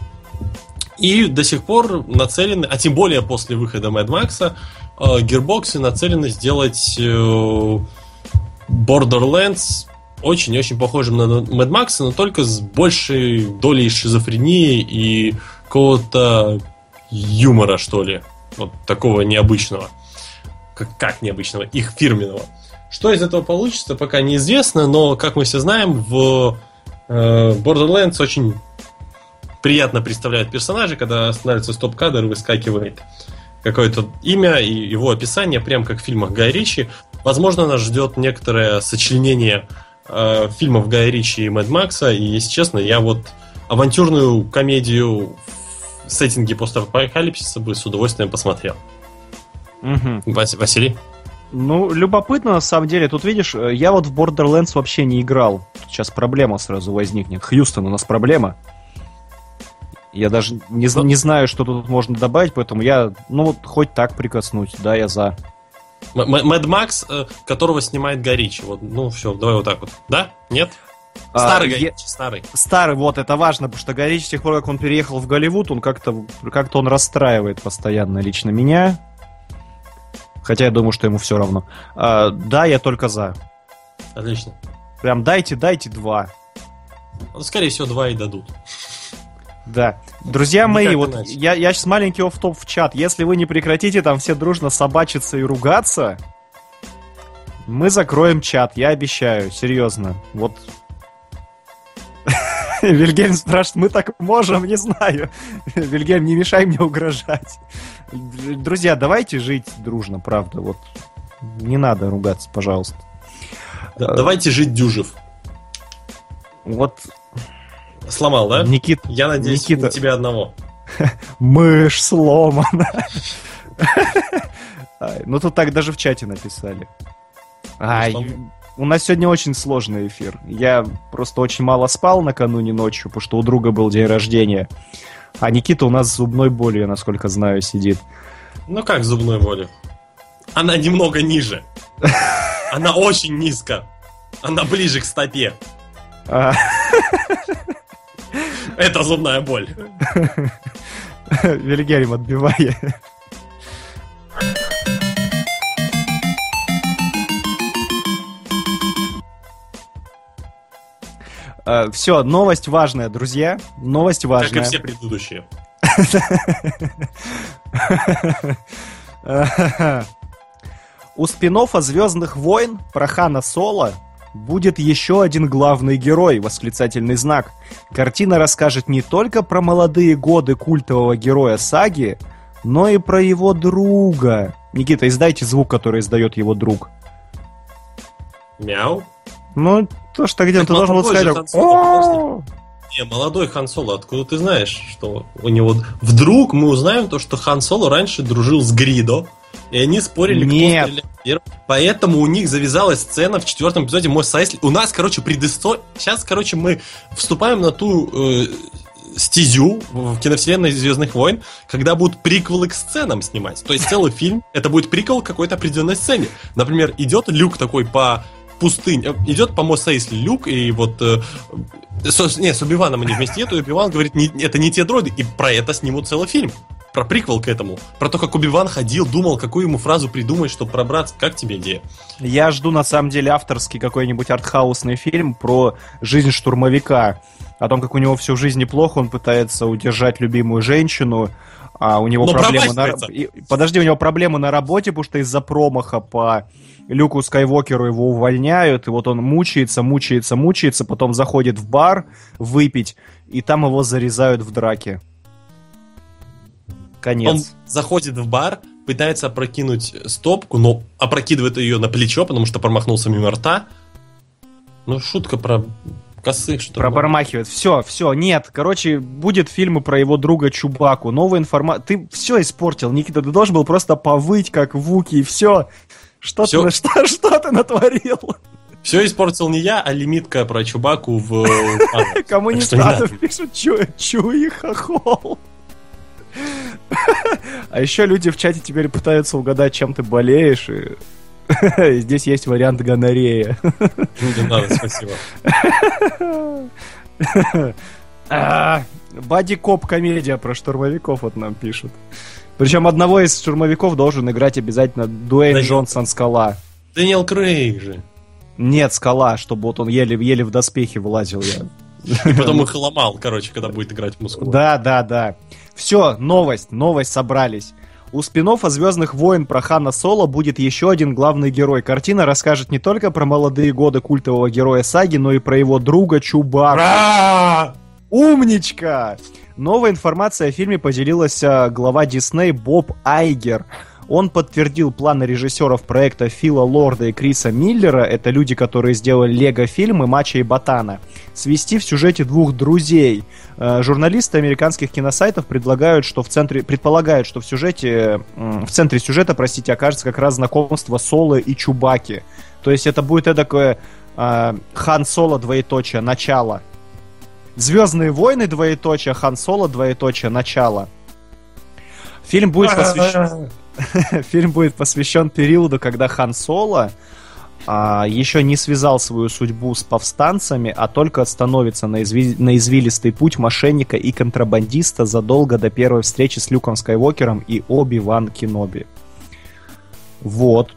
И до сих пор нацелены, а тем более после выхода Mad Max, э, Gearbox нацелены сделать э, Borderlands очень-очень похожим на Mad Max, но только с большей долей шизофрении и какого-то юмора, что ли. Вот такого необычного. Как, как необычного? Их фирменного. Что из этого получится, пока неизвестно, но, как мы все знаем, в э, Borderlands очень приятно представляют персонажи, когда становится стоп-кадр и выскакивает какое-то имя и его описание, прям как в фильмах Гая Ричи. Возможно, нас ждет некоторое сочленение э, фильмов Гая Ричи и Мэд Макса, и, если честно, я вот авантюрную комедию в сеттинге постапокалипсиса бы с удовольствием посмотрел. Угу. Вас- Василий? Ну, любопытно, на самом деле. Тут, видишь, я вот в Borderlands вообще не играл. Тут сейчас проблема сразу возникнет. Хьюстон, у нас проблема. Я даже не, зн- не знаю, что тут можно добавить, поэтому я, ну, вот хоть так прикоснусь. Да, я за. Мэд Макс, э, которого снимает Гай Ричи. Вот, ну, все, давай вот так вот. Да? Нет? А, Старый Гай я- Ричи, старый. Старый, вот, это важно, потому что Гай Ричи, с тех пор, как он переехал в Голливуд, он как-то, как-то он расстраивает постоянно лично меня. Хотя я думаю, что ему все равно. А, да, я только за. Отлично. Прям дайте, дайте два. Ну, скорее всего, два и дадут. Да. Друзья мои, Никак вот иначе. я, я сейчас маленький офф-топ в чат. Если вы не прекратите там все дружно собачиться и ругаться, мы закроем чат, я обещаю, серьезно. Вот. Вильгельм спрашивает, мы так можем, не знаю. Вильгельм, не мешай мне угрожать. Друзья, давайте жить дружно, правда. Вот. Не надо ругаться, пожалуйста. Да, давайте жить дюжев. Вот. Сломал, да? Никит, Я надеюсь, Никита. не тебя одного. мышь сломана. Ай, ну тут так даже в чате написали. Ай, что? у нас сегодня очень сложный эфир. Я просто очень мало спал накануне ночью, потому что у друга был день рождения. А Никита у нас с зубной болью, насколько знаю, сидит. Ну как зубной боли? Она немного ниже. Она очень низко. Она ближе к стопе. А, Это зубная боль. Вильгельм, отбивай. Все, новость важная, друзья. Новость важная. Как и все предыдущие. У спин-оффа «Звездных войн» про Хана Соло будет еще один главный герой, восклицательный знак. Картина расскажет не только про молодые годы культового героя саги, но и про его друга. Никита, издайте звук, который издает его друг. Мяу? Ну, то, что где-то ты должен вот сказать... Не, молодой Хан Соло, откуда ты знаешь, что у него... Вдруг мы узнаем то, что Хан Соло раньше дружил с Гридо, и они спорили, Нет. кто стреляет первым. Поэтому у них завязалась сцена в четвертом эпизоде Мос Айсли. У нас, короче, предыстория... Сейчас, короче, мы вступаем на ту э, стезю в киновселенной «Звездных войн», когда будут приквелы к сценам снимать. То есть целый фильм, это будет приквел к какой-то определенной сцене. Например, идет Люк такой по... пустынь. Идет по Мос Айсли Люк, и вот... Э, с, не, с Оби-Ваном они вместе едут, и Оби-Ван говорит, не, это не те дроиды, и про это снимут целый фильм. Про приквел к этому. Про то, как Оби-Ван ходил, думал, какую ему фразу придумать, чтобы пробраться. Как тебе идея? Я жду, на самом деле, авторский какой-нибудь артхаусный фильм про жизнь штурмовика. О том, как у него все в жизни плохо, он пытается удержать любимую женщину, а у него Но проблемы на... И, подожди, у него проблемы на работе, потому что из-за промаха по Люку Скайуокеру его увольняют, и вот он мучается, мучается, мучается, потом заходит в бар выпить, и там его зарезают в драке. Конец. Он заходит в бар, пытается опрокинуть стопку, но опрокидывает ее на плечо, потому что промахнулся мимо рта. Ну, шутка про косых, что ли. Пробармахивает. Все, все, нет. Короче, будет фильм про его друга Чубаку. Новая информация. Ты все испортил, Никита. Ты должен был просто повыть, как Вуки, и все. Что, Всё. Ты, что, что ты натворил? Все испортил не я, а лимитка про Чубаку в... Кому не надо, пишут Чу и хохол. А еще люди в чате теперь пытаются угадать, чем ты болеешь, и здесь есть вариант гонорея. Не надо, спасибо. Бади-коп-комедия про штурмовиков вот нам пишут. Причем одного из штурмовиков должен играть обязательно Дуэйн Да Джонсон Скала. Дэниел Крейг же. Нет, Скала, чтобы вот он еле-еле в доспехи вылазил я. И потом их ломал, короче, когда будет играть мускул. Да, да, да. Все, новость, новость, собрались. У спин-оффа «Звездных войн» про Хана Соло будет еще один главный герой. Картина расскажет не только про молодые годы культового героя саги, но и про его друга Чубаку. Умничка! Новая информация о фильме поделилась глава Дисней Боб Айгер. Он подтвердил планы режиссеров проекта Фила Лорда и Криса Миллера, это люди, которые сделали Лего-фильмы «Мачо и Ботана», свести в сюжете двух друзей. Журналисты американских киносайтов предлагают, что в центре, предполагают, что в сюжете, в центре сюжета, простите, окажется как раз знакомство Соло и Чубаки. То есть это будет такое э, Хан Соло, двоеточие, начало. Звездные войны, двоеточие, Хан Соло, двоеточие, начало. Фильм будет посвящен... Фильм будет посвящен периоду, когда Хан Соло а, еще не связал свою судьбу с повстанцами, а только становится на, изви... на извилистый путь мошенника и контрабандиста задолго до первой встречи с Люком Скайуокером и Оби-Ван Кеноби. Вот.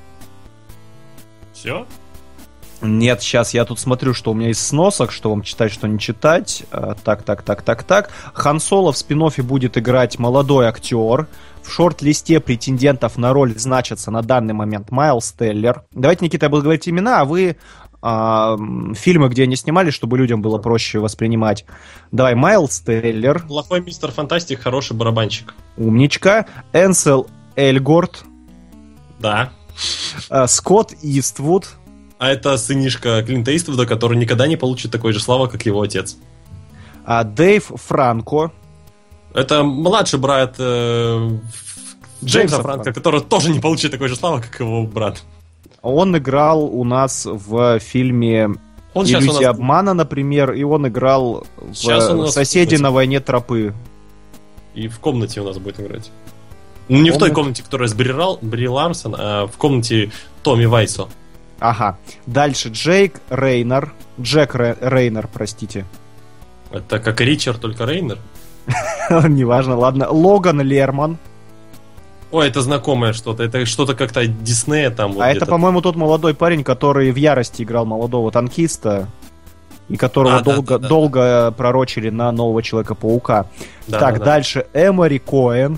Все? Нет, сейчас я тут смотрю, что у меня есть сносок, что вам читать, что не читать. А, так, так, так, так, так. Хан Соло в спин-оффе будет играть молодой актер. В шорт-листе претендентов на роль значатся на данный момент Майлз Теллер. Давайте, Никита, я буду говорить имена, а вы а, фильмы, где они снимали, чтобы людям было проще воспринимать. Давай, Майлз Теллер. Плохой мистер Фантастик, хороший барабанщик. Умничка. Энсел Эльгорт. Да. А, Скотт Иствуд. А это сынишка Клинта Иствуда, который никогда не получит такой же славы, как его отец. А, Дэйв Франко. Это младший брат э, Джеймса, Джеймса Франко, Франко, который тоже не получит такой же славы, как его брат. Он играл у нас в фильме он «Иллюзия нас... обмана», например, и он играл сейчас в «Соседи на войне тропы». И в комнате у нас будет играть. Ну, не комнате? В той комнате, которая с Бри, Рал... Бри Ларсон, а в комнате Томми Вайсо. Ага. Дальше Джейк Рейнер. Джек Рейнер, простите. Это как Ричард, только Рейнер? Неважно, ладно. Логан Лерман. Ой, это знакомое что-то. Это что-то как-то Диснея там. Вот а это, по-моему, тот молодой парень, который в «Ярости» играл молодого танкиста. и которого А, да, долго, да, да, долго пророчили на нового Человека-паука. Да, так, да, да. дальше Эмори Коэн.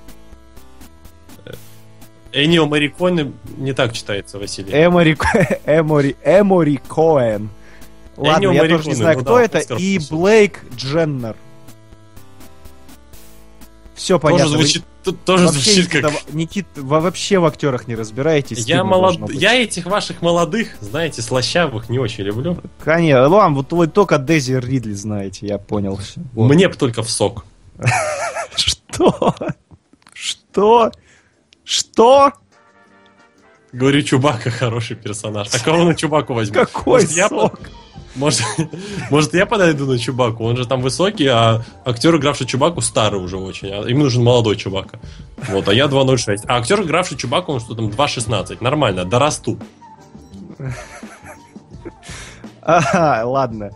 Энио Морриконе не так читается, Василий. Эмори, Эмори, Эмори Коэн. Ладно, Энио я тоже Морриконе, не знаю, ну кто да, это. Оскар И получил. Блейк Дженнер. Все Тоже понятно. звучит, Вы т- тоже вообще, звучит Никита, как... Никит, вы вообще в актерах не разбираетесь. Я, стыдно молод... должно быть. я этих ваших молодых, знаете, слащавых не очень люблю. Конечно, ладно, вот вы только Дейзи Ридли знаете, я понял все. Мне бы только в сок. Что? Что? Что? Говорю, Чубака хороший персонаж. А кого на Чубаку возьму? Какой Может, я сок? по- Может, может, я подойду на Чубаку? Он же там высокий, а актер, игравший Чубаку, старый уже очень. А им нужен молодой Чубака. Вот, а я два ноль шесть. А актер, игравший Чубаку, он что там, два шестнадцать. Нормально, дорасту. Ага, ладно.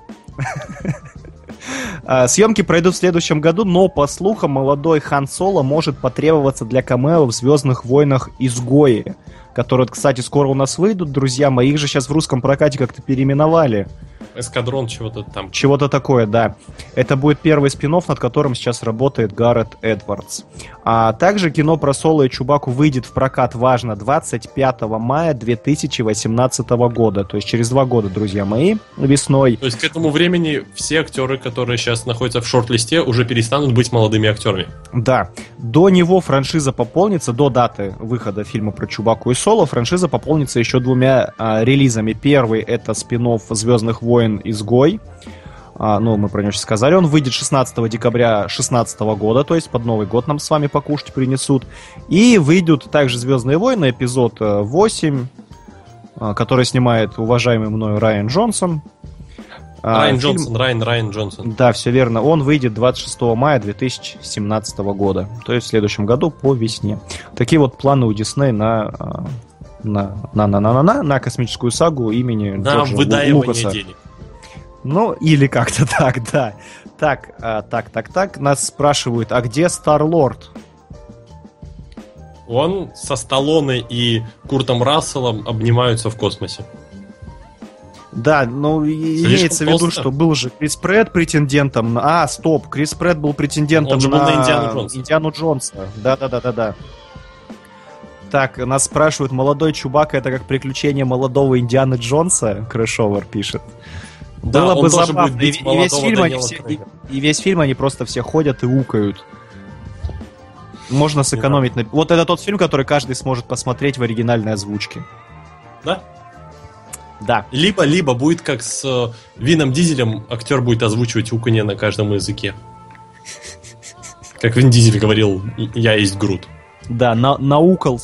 А, Съемки пройдут в следующем году, но, по слухам, молодой Хан Соло может потребоваться для камео в «Звездных войнах. Изгои», которые, кстати, скоро у нас выйдут, друзья мои. Их же сейчас в русском прокате как-то переименовали. Эскадрон чего-то там. Чего-то такое, да. Это будет первый спин-офф, над которым сейчас работает Гаррет Эдвардс. А также кино про Соло и Чубаку выйдет в прокат, важно, двадцать пятого мая две тысячи восемнадцатого года. То есть через два года, друзья мои, весной. То есть к этому времени все актеры, которые сейчас находятся в шорт-листе, уже перестанут быть молодыми актерами. Да. До него франшиза пополнится, до даты выхода фильма про Чубаку и Соло, франшиза пополнится еще двумя а, релизами. Первый — это спин-офф «Звездных войн. Изгой». А, ну, мы про него сейчас сказали. Он выйдет шестнадцатого декабря две тысячи шестнадцатого года, то есть под Новый год нам с вами покушать принесут. И выйдут также «Звездные войны», эпизод восемь, а, который снимает уважаемый мною Райан Джонсон. А, Райан фильм- Джонсон, Райан, Райан Джонсон. Да, все верно. Он выйдет двадцать шестого мая две тысячи семнадцатого года. То есть в следующем году по весне. Такие вот планы у Дисней на, а, на, на, на, на, на, на, на космическую сагу имени На Джорджа Лу- выдаивание Лукаса. денег. Ну, или как-то так, да. Так, а, так, так, так. Нас спрашивают, а где Стар-Лорд? Он со Сталлоне и Куртом Расселом обнимаются в космосе. Да, ну и Слишком имеется в виду, толсто. что был же Крис Претт претендентом на... А, стоп, Крис Претт был претендентом Он же был на... на Индиану Джонса. Индиану Джонса. Да-да-да-да-да. Так, нас спрашивают, молодой Чубака — это как приключение молодого Индианы Джонса? Крэшовер пишет. Да, Было он бы тоже забавно. будет бить И, и весь молодого фильм они Дэниела все, и, Крейга. и весь фильм они просто все ходят и укают. Можно сэкономить на... Вот это тот фильм, который каждый сможет посмотреть в оригинальной озвучке. Да? Да. Либо, либо будет как с э, Вином Дизелем, актер будет озвучивать уканье на каждом языке. Как Вин Дизель говорил, я есть Грут. Да, на, наукал.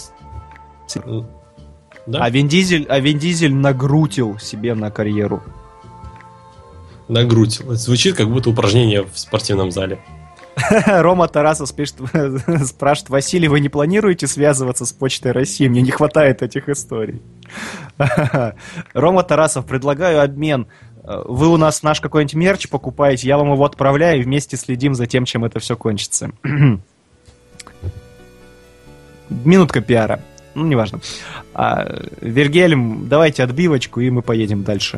Да? А Вин Дизель, а Вин Дизель нагрутил себе на карьеру. На грудь. Звучит как будто упражнение в спортивном зале. Рома Тарасов пишет, спрашивает, Василий, вы не планируете связываться с Почтой России? Мне не хватает этих историй. Рома Тарасов, предлагаю обмен. Вы у нас наш какой-нибудь мерч покупаете, я вам его отправляю, и вместе следим за тем, чем это все кончится. Минутка пиара. Ну, неважно. А, Вильгельм, давайте отбивочку, и мы поедем дальше.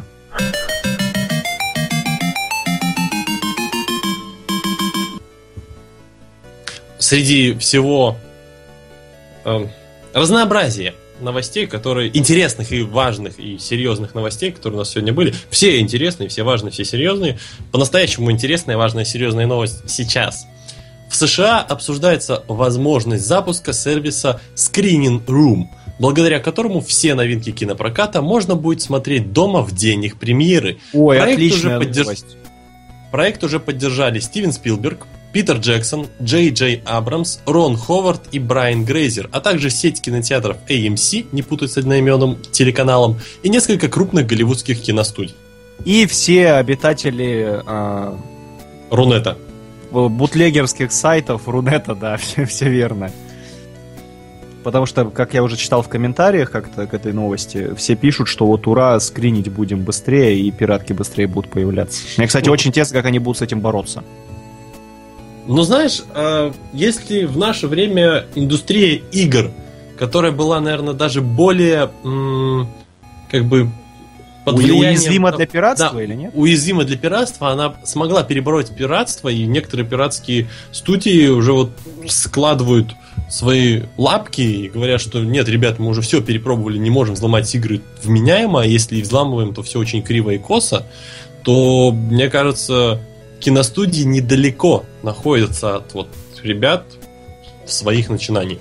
Среди всего э, разнообразия новостей, которые интересных и важных и серьезных новостей, которые у нас сегодня были, все интересные, все важные, все серьезные. По-настоящему интересная, важная, серьезная новость сейчас. В США обсуждается возможность запуска сервиса Screening Room, благодаря которому все новинки кинопроката можно будет смотреть дома в день их премьеры. Ой, Проект отличная уже поддерж- новость. Проект уже поддержали Стивен Спилберг, Питер Джексон, Джей Джей Абрамс, Рон Ховард и Брайан Грейзер, а также сеть кинотеатров эй эм си, не путать с одноименным телеканалом, и несколько крупных голливудских киностудий. И все обитатели а, Рунета. бутлегерских сайтов, Рунета, да, все, все верно. Потому что, как я уже читал в комментариях как-то к этой новости, все пишут, что вот ура, скринить будем быстрее, и пиратки быстрее будут появляться. Мне, кстати, очень интересно, как они будут с этим бороться. Ну, знаешь, э, если в наше время индустрия игр, которая была, наверное, даже более м, как бы под У- влиянием... уязвима для пиратства Да, или нет? уязвима для пиратства, она смогла перебороть пиратство, и некоторые пиратские студии уже вот складывают свои лапки и говорят, что нет, ребят, мы уже все перепробовали, не можем взломать игры вменяемо, а если и взламываем, то все очень криво и косо, то, мне кажется, киностудии недалеко находятся от вот ребят в своих начинаниях.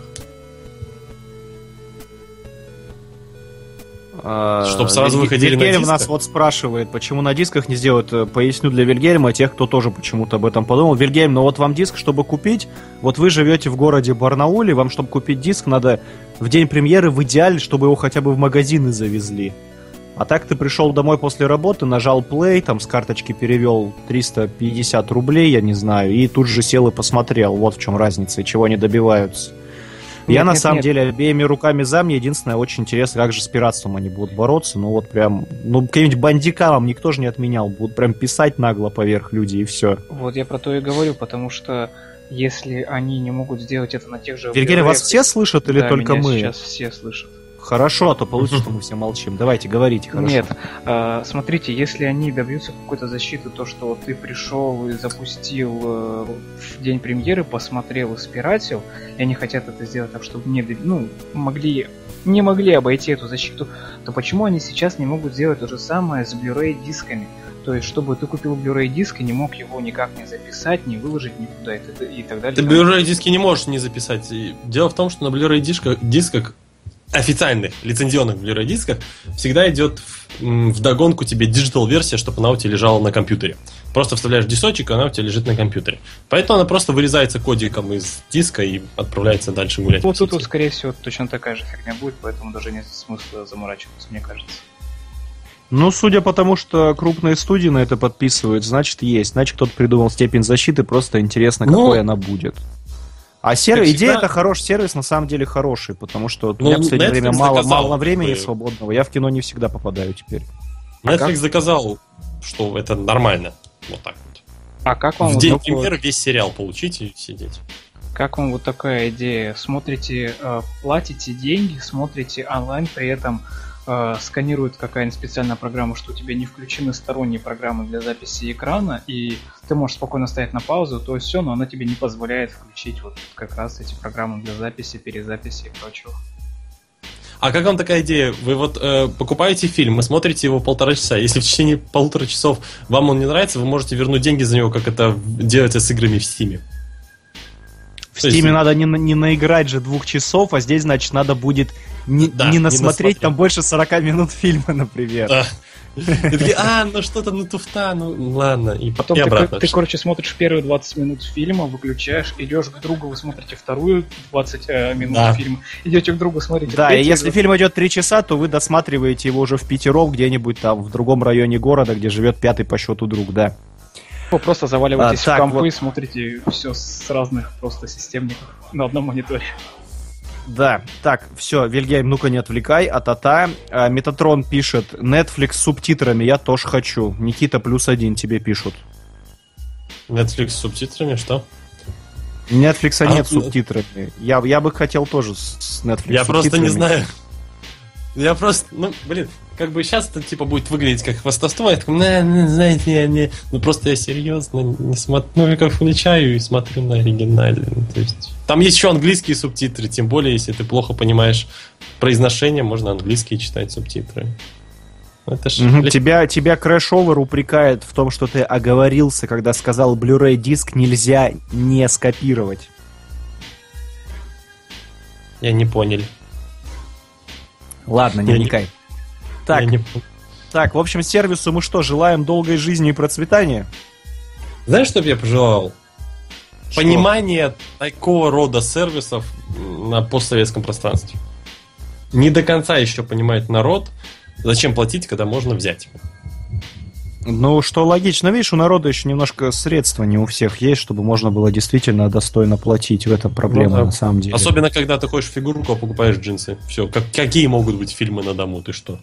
Чтоб сразу выходили на Вильгельм дисках. нас вот спрашивает, почему на дисках не сделают. э, Поясню для Вильгельма, тех, кто тоже почему-то об этом подумал. Вильгельм, ну вот вам диск, чтобы купить, вот вы живете в городе Барнауле, вам, чтобы купить диск, надо в день премьеры в идеале, чтобы его хотя бы в магазины завезли. А так ты пришел домой после работы, нажал play, там с карточки перевел триста пятьдесят рублей, я не знаю, и тут же сел и посмотрел. Вот в чем разница и чего они добиваются. Я Нет, на нет, самом нет. деле обеими руками за. Мне единственное очень интересно, как же с пиратством они будут бороться. Ну вот прям, ну каким-нибудь бандикамом никто же не отменял. Будут прям писать нагло поверх люди и все. Вот я про то и говорю, потому что если они не могут сделать это на тех же... Вильгельм, вас Blu-ray, все слышат или да, только меня мы? сейчас все слышат. Хорошо, а то получится, что мы все молчим. Давайте, говорите, хорошо. Нет, а, смотрите, если они добьются какой-то защиты, то, что ты пришел и запустил э, в день премьеры, посмотрел и спиратил, и они хотят это сделать так, чтобы не, доб- ну, могли, не могли обойти эту защиту, то почему они сейчас не могут сделать то же самое с Blu-ray дисками? То есть, чтобы ты купил Blu-ray диск и не мог его никак не записать, не выложить никуда и, т.д. и так далее. Ты Blu-ray диски не можешь не записать. И дело в том, что на Blu-ray дисках, дисках официальных, лицензионных Blu-ray дисках всегда идет в, м, вдогонку тебе диджитал-версия, чтобы она у тебя лежала на компьютере. Просто вставляешь дисочек, и она у тебя лежит на компьютере. Поэтому она просто вырезается кодиком из диска и отправляется дальше гулять. Вот по тут, сети. вот, скорее всего, точно такая же фигня будет, поэтому даже нет смысла заморачиваться, мне кажется. Ну, судя по тому, что крупные студии на это подписывают, значит есть. Значит, кто-то придумал степень защиты, просто интересно, Ну, какой она будет. А сервис, как идея всегда- это хороший сервис, на самом деле хороший, потому что вот у Ну, меня в последнее Netflix время мало, доказал, мало времени что- свободного, я в кино не всегда попадаю теперь. Netflix доказал, что это нормально. Вот так вот. А как вам В вот день такое- премьеры весь сериал получить и сидеть. Как вам вот такая идея? Смотрите, э, платите деньги, смотрите онлайн, при этом э, сканирует какая-нибудь специальная программа, что у тебя не включены сторонние программы для записи экрана, и ты можешь спокойно стоять на паузу, то есть все, но она тебе не позволяет включить вот как раз эти программы для записи, перезаписи и прочего. А как вам такая идея? Вы вот э, покупаете фильм, и смотрите его полтора часа. Если в течение полутора часов вам он не нравится, вы можете вернуть деньги за него, как это делается с играми в Steam. В То есть- Стиме надо не, на- не наиграть же двух часов, а здесь, значит, надо будет не, Да, не не насмотреть насмотреть. там больше сорок минут фильма, например. Да. И такие, а, ну что-то, ну туфта, ну ладно. И, Потом и ты, обратно. ты, короче, смотришь первые двадцать минут фильма, выключаешь, идешь к другу, вы смотрите вторую двадцать э, минут Да. фильма, идете к другу, смотрите Да, и третью, если фильм идет три часа, то вы досматриваете его уже в пятером, где-нибудь там в другом районе города, где живет пятый по счету друг, да. вы просто заваливаетесь А, в так, компы вот. и смотрите все с разных просто системников на одном мониторе. Да, так, все, Вильгельм, ну-ка не отвлекай, а-та-та. А, Метатрон пишет, Netflix с субтитрами, я тоже хочу. Никита плюс один тебе пишут. Netflix с субтитрами, что? Netflix А, нет с ну- субтитрами. Я, я бы хотел тоже с, с Netflix Я с просто не субтитрами. знаю. Я просто, ну, блин, как бы сейчас это типа будет выглядеть как хвастовство, я такой, «На, ну, знаете, я не... Ну, просто я серьезно не смотрю, ну, я как включаю и смотрю на оригинале. Ну, то есть... Там есть еще английские субтитры, тем более, если ты плохо понимаешь произношение, можно английские читать субтитры. Это ж, Мгм, блин, Тебя, тебя Crash Over упрекает в том, что ты оговорился, когда сказал, Blu-ray диск нельзя не скопировать. я не понял. Ладно, не Я не- вникай. Так, Я не понял. так, в общем, сервису мы что, желаем долгой жизни и процветания? Знаешь, что бы я пожелал? Что? Понимание такого рода сервисов на постсоветском пространстве. Не до конца еще понимает народ, зачем платить, когда можно взять. Ну, что логично, видишь, у народа еще немножко средства не у всех есть, чтобы можно было действительно достойно платить. В этом проблема, Ну да. на самом деле. Особенно, когда ты ходишь в фигурку, а покупаешь джинсы. Все, как, какие могут быть фильмы на дому, ты что?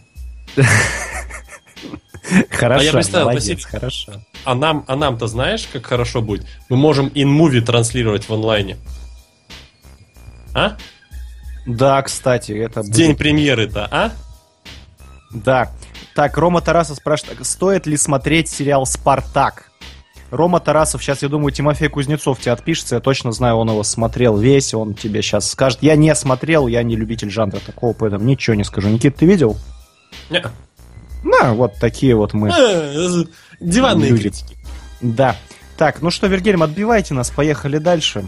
Хорошо, А я представил, молодец, Василий, хорошо. А, нам, а нам-то знаешь, как хорошо будет? Мы можем in-movie транслировать в онлайне. А? Да, кстати, это В будет... день премьеры-то, а? Да. Так, Рома Тарасов спрашивает, стоит ли смотреть сериал «Спартак»? Рома Тарасов, сейчас, я думаю, Тимофей Кузнецов тебе отпишется, я точно знаю, он его смотрел весь, он тебе сейчас скажет. Я не смотрел, я не любитель жанра такого, поэтому ничего не скажу. Никита, ты видел? Нет. На, вот такие вот мы. Диванные люди. критики. Да. Так, ну что, Вильгельм, отбивайте нас, поехали дальше.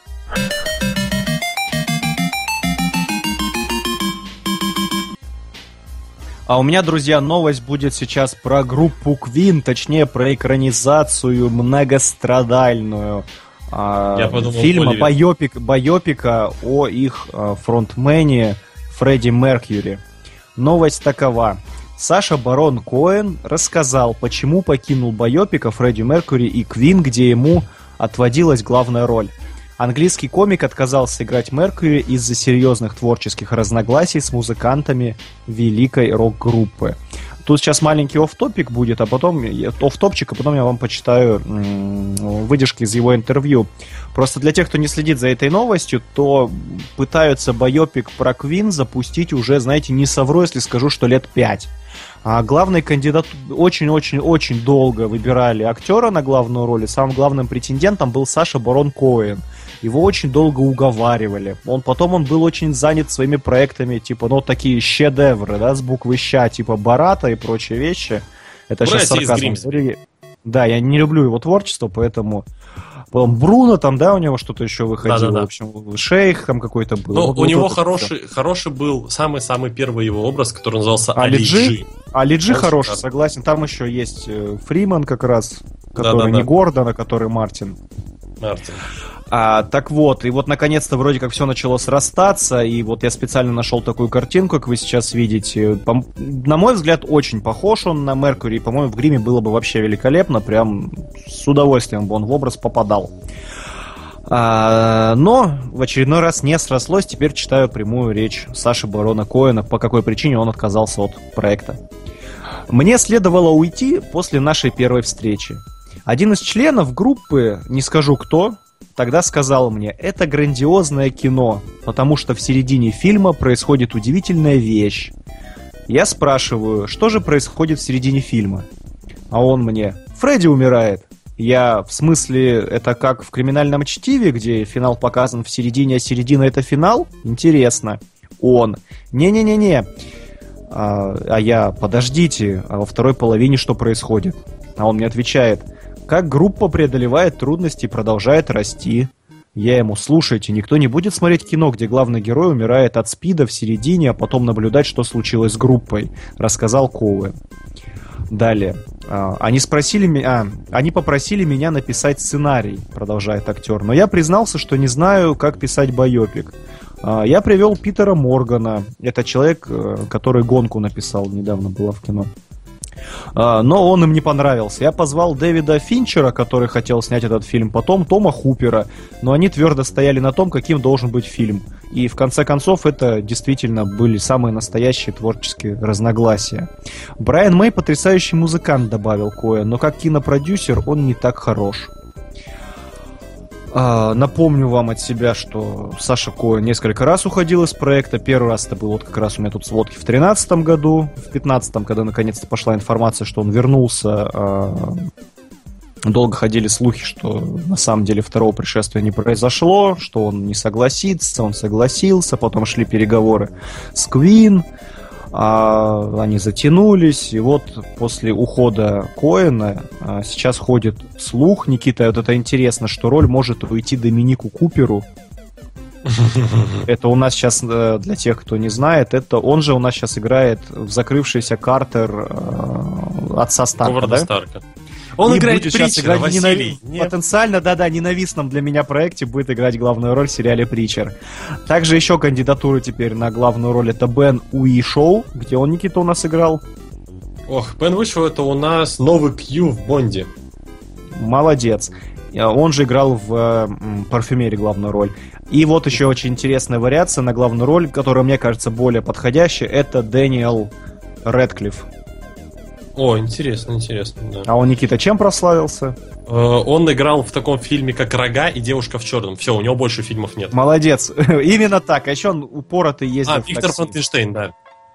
А у меня, друзья, новость будет сейчас про группу Queen, точнее, про экранизацию многострадальную а, Я подумал, фильма, Оливер. байопик, байопика о их а, фронтмене Фредди Меркьюри. Новость такова. Саша Барон Коэн рассказал, почему покинул байопика Фредди Меркьюри и Queen, где ему отводилась главная роль. Английский комик отказался играть Меркьюри из-за серьезных творческих разногласий с музыкантами великой рок-группы. Тут сейчас маленький офф-топик будет, а потом офф-топчик, а потом я вам почитаю м- выдержки из его интервью. Просто для тех, кто не следит за этой новостью, то пытаются байопик про Queen запустить уже, знаете, не совру, если скажу, что лет пять. А главный кандидат очень-очень-очень долго выбирали актера на главную роль, и самым главным претендентом был Саша Барон Коэн. Его очень долго уговаривали. Он, потом он был очень занят своими проектами, типа, ну, такие шедевры, да, с буквы «щ», типа «Барата» и прочие вещи. Это Братья сейчас из сарказм. Гримсби. Да, я не люблю его творчество, поэтому... Потом Бруно там, да, у него что-то еще выходило. Да-да-да. В общем, Шейх там какой-то был. Но Вот у вот него это хороший, всё. хороший был самый-самый первый его образ, который назывался Али Джи? Али Джи. Али Джи Он хороший, шикарный. согласен. Там еще есть э, Фриман как раз, который Да-да-да. не Гордон, а который Мартин. Мартин. А, так вот, и вот наконец-то вроде как все начало срастаться, и вот я специально нашел такую картинку, как вы сейчас видите. По- на мой взгляд, очень похож он на Меркьюри, и, по-моему, в гриме было бы вообще великолепно, прям с удовольствием бы он в образ попадал. А, но в очередной раз не срослось, теперь читаю прямую речь Саши Барона Коэна, по какой причине он отказался от проекта. Мне следовало уйти после нашей первой встречи. Один из членов группы, не скажу кто, тогда сказал мне, это грандиозное кино, потому что в середине фильма происходит удивительная вещь. Я спрашиваю, что же происходит в середине фильма? А он мне, Фредди умирает. Я, в смысле, это как в «Криминальном чтиве», где финал показан в середине, а середина это финал? Интересно. Он, не-не-не-не. А, а я, подождите, а во второй половине что происходит? А он мне отвечает, как группа преодолевает трудности и продолжает расти. Я ему, слушайте, никто не будет смотреть кино, где главный герой умирает от СПИДа в середине, а потом наблюдать, что случилось с группой, рассказал Коуэн. Далее. А, они спросили меня, а, они попросили меня написать сценарий, продолжает актер, но я признался, что не знаю, как писать байопик. А, я привел Питера Моргана, это человек, который «Гонку» написал, недавно была в кино. А, но он им не понравился. Я позвал Дэвида Финчера, который хотел снять этот фильм, потом Тома Хупера, но они твердо стояли на том, каким должен быть фильм. И в конце концов это действительно были самые настоящие творческие разногласия. Брайан Мэй потрясающий музыкант, добавил Коэн, но как кинопродюсер он не так хорош. А, напомню вам от себя, что Саша Коэн несколько раз уходил из проекта. Первый раз это был вот как раз у меня тут сводки в тринадцатом году, в пятнадцатом, когда наконец-то пошла информация, что он вернулся. А, долго ходили слухи, что на самом деле второго пришествия не произошло, что он не согласится, он согласился, потом шли переговоры с Queen. А, они затянулись, и вот после ухода Коэна а, сейчас ходит слух, Никита, вот это интересно, что роль может уйти Доминику Куперу. Это у нас сейчас, для тех, кто не знает, это он же у нас сейчас играет в закрывшийся Картер отца Старка, Говарда да? Старка. Он И играет будет сейчас Притчера, играть в Василий. ненави- Нет. потенциально, да-да, ненавистном для меня проекте будет играть главную роль в сериале «Притчер». Также еще кандидатуры теперь на главную роль это Бен Уишоу, где он, Никита, у нас играл. Ох, Бен Уишоу это у нас новый Кью в Бонде. Молодец. Он же играл в м, «Парфюмерии» главную роль. И вот еще очень интересная вариация на главную роль, которая, мне кажется, более подходящая, это Дэниел Рэдклифф. О, интересно, интересно, да. А он, Никита, чем прославился? Э, Он играл в таком фильме, как «Рога» и «Девушка в черном». Все, у него больше фильмов нет. Молодец. Именно так. А еще он упоротый ездил А, в Виктор такси. Франкенштейн, да.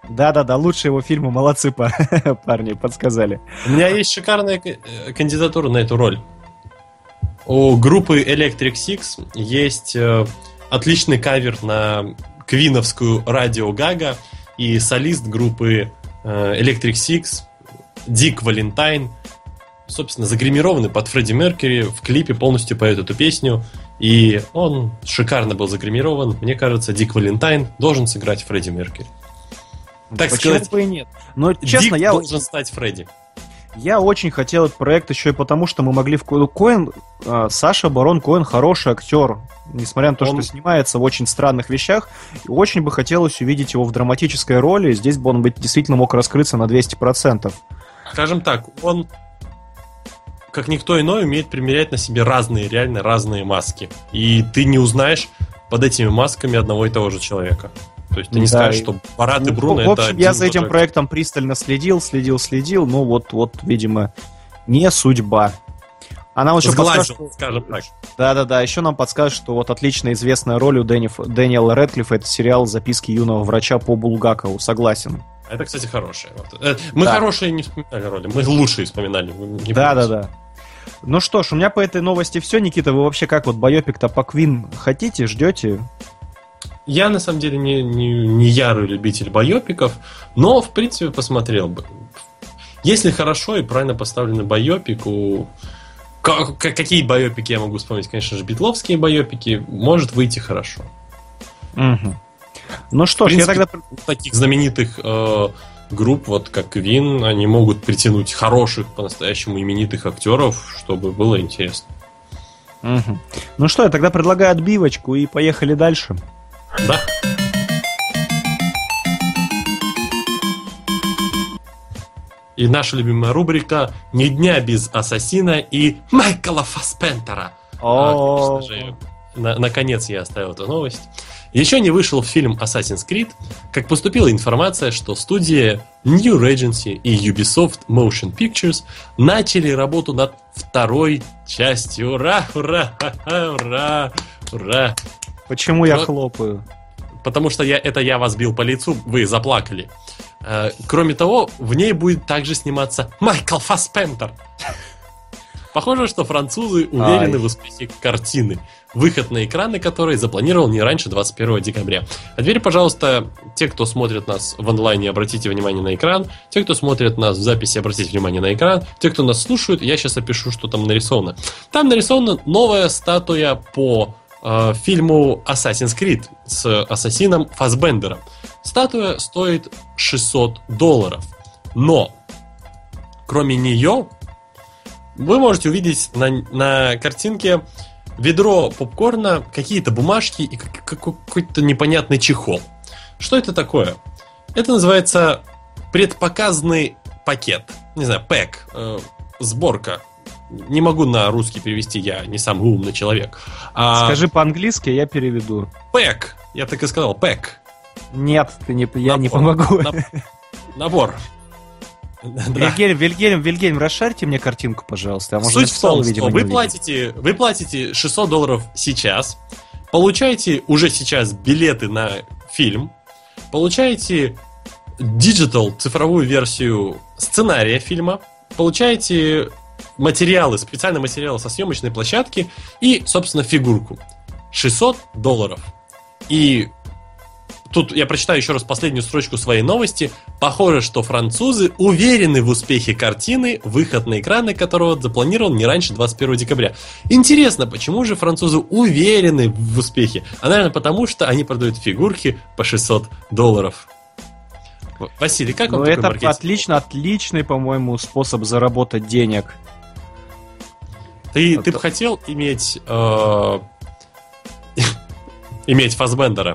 Да-да-да, лучшие его фильмы, молодцы, парни, подсказали. У меня есть шикарная кандидатура на эту роль. У группы Electric Six есть отличный кавер на квиновскую «Радио Гага», и солист группы Electric Six Дик Валентайн, собственно, загримированный под Фредди Меркьюри, в клипе полностью поет эту песню. И он шикарно был загримирован. Мне кажется, Дик Валентайн должен сыграть Фредди Меркьюри. Так Почему сказать, бы и нет? Но, честно, Дик я... должен стать Фредди. Я очень хотел этот проект еще и потому, что мы могли в Коэн... Саша Барон Коэн хороший актер. Несмотря на то, он... что снимается в очень странных вещах. Очень бы хотелось увидеть его в драматической роли. Здесь бы он быть, действительно мог раскрыться на двести процентов. Скажем так, он, как никто иной, умеет примерять на себе разные, реально разные маски. И ты не узнаешь под этими масками одного и того же человека. То есть ты не да, скажешь, и... что Барат и Бруно ну, это... В общем, я за этим проектом пристально следил, следил, следил, но вот, вот, видимо, не судьба. А нам еще подскажет, что... скажем так. Да-да-да, еще нам подскажет, что вот отлично известная роль у Дэни... Дэниела Рэдклиффа — это сериал «Записки юного врача по Булгакову». Согласен. Это, кстати, хорошее. Мы да. хорошие не вспоминали роли, мы лучшие вспоминали. Да-да-да. Ну что ж, у меня по этой новости все. Никита, вы вообще как вот байопик-то по Квин хотите, ждете? Я, на самом деле, не, не, не ярый любитель байопиков, но, в принципе, посмотрел бы. Если хорошо и правильно поставленный байопик, у... К- какие байопики я могу вспомнить? Конечно же, битловские байопики, может выйти хорошо. Угу. Ну что ж, я тогда... Таких знаменитых э, групп, вот как Queen, они могут притянуть хороших, по-настоящему именитых актеров, чтобы было интересно. Угу. Ну что, я тогда предлагаю отбивочку и поехали дальше. Да. И наша любимая рубрика «Ни дня без Ассасина» и Майкла Фассбендера. А, конечно же, на- наконец я оставил эту новость. Еще не вышел фильм Assassin's Creed, как поступила информация, что студия New Regency и Ubisoft Motion Pictures начали работу над второй частью. Ура, ура, ура, ура. Почему я Но... хлопаю? Потому что я, это я вас бил по лицу, вы заплакали. Э, кроме того, в ней будет также сниматься Майкл Фассбендер. Похоже, что французы уверены Ай. в успехе картины, выход на экраны которой запланировал не раньше двадцать первого декабря. А теперь, пожалуйста, те, кто смотрит нас в онлайне, обратите внимание на экран. Те, кто смотрит нас в записи, обратите внимание на экран. Те, кто нас слушает, я сейчас опишу, что там нарисовано. Там нарисована новая статуя по э, фильму Assassin's Creed с ассасином Фассбендером. Статуя стоит шестьсот долларов. Но, кроме нее... Вы можете увидеть на, на картинке ведро попкорна, какие-то бумажки и какой-то непонятный чехол. Что это такое? Это называется предпоказный пакет. Не знаю, пэк, э, сборка. Не могу на русский перевести, я не самый умный человек. А... Скажи по-английски, я переведу. Пэк, я так и сказал, пэк. Нет, ты не, я набор, не помогу. Набор. набор. Вильгельм, Вильгельм, Вильгельм, расшарьте мне картинку, пожалуйста. А Суть в том, что вы платите, вы платите шестьсот долларов сейчас, получаете уже сейчас билеты на фильм, получаете диджитал, цифровую версию сценария фильма, получаете материалы, специальные материалы со съемочной площадки и, собственно, фигурку. шестьсот долларов. И тут я прочитаю еще раз последнюю строчку своей новости. Похоже, что французы уверены в успехе картины, выход на экраны которого запланирован не раньше двадцать первого декабря. Интересно, почему же французы уверены в успехе? А, наверное, потому что они продают фигурки по шестьсот долларов. Василий, как вам ну, такой это маркетинг? отлично, отличный, по-моему, способ заработать денег. Ты, это... ты бы хотел иметь... Э... иметь Фассбендера?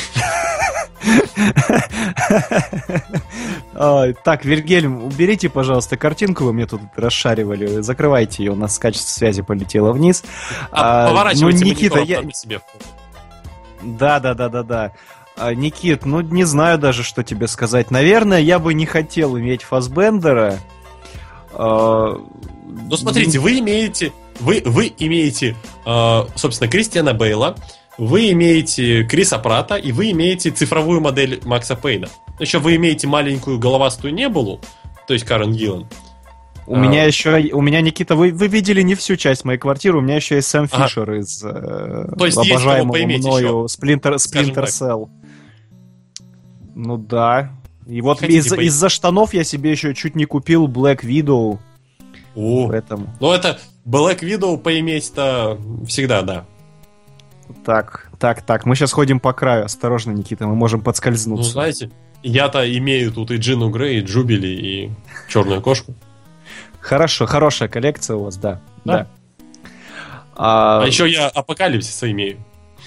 Так, Вильгельм, уберите, пожалуйста, картинку, вы мне тут расшаривали. Закрывайте ее, у нас качество связи полетело вниз. А, поворачивайте ну, Никита, я... себе. Да, да, да, да, да. А, Никит, ну не знаю даже, что тебе сказать. Наверное, я бы не хотел иметь Фассбендера. А... Ну, смотрите, вы имеете, вы, вы имеете, э, собственно, Кристиана Бейла, вы имеете Криса Пратта и вы имеете цифровую модель Макса Пейна. Еще вы имеете маленькую головастую Небулу, то есть Карен Гиллан. У а... меня еще, у меня, Никита, вы, вы видели не всю часть моей квартиры, у меня еще есть Сэм ага. Фишер из э, то есть обожаемого мною Спlinter, Splinter Cell. Ну да. И вот из, по... из-за штанов я себе еще чуть не купил Black Widow. О, поэтому... ну это Black Widow поиметь-то всегда, да. Так, так, так, мы сейчас ходим по краю. Осторожно, Никита, мы можем подскользнуться. Ну, знаете, я-то имею тут и Джину Грей, и Джубили, и Черную кошку. Хорошо, хорошая коллекция у вас, да. Да. да. А... а еще я Апокалипсиса имею.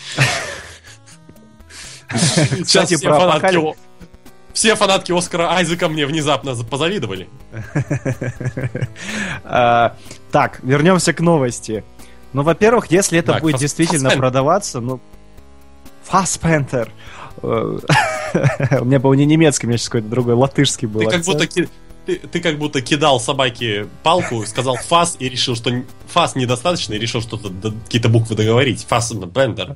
Кстати, про Апокалипсис. Все фанатки Оскара Айзека мне внезапно позавидовали. Так, вернемся к новости. Ну, во-первых, если это так, будет фас- действительно Фассбендер. продаваться, ну... Фассбендер. У меня был не немецкий, у меня сейчас какой-то другой, латышский был. Ты как, будто, ты, ты как будто кидал собаке палку, сказал фас и решил, что фас недостаточно, и решил что-то, какие-то буквы договорить. Фассбендер.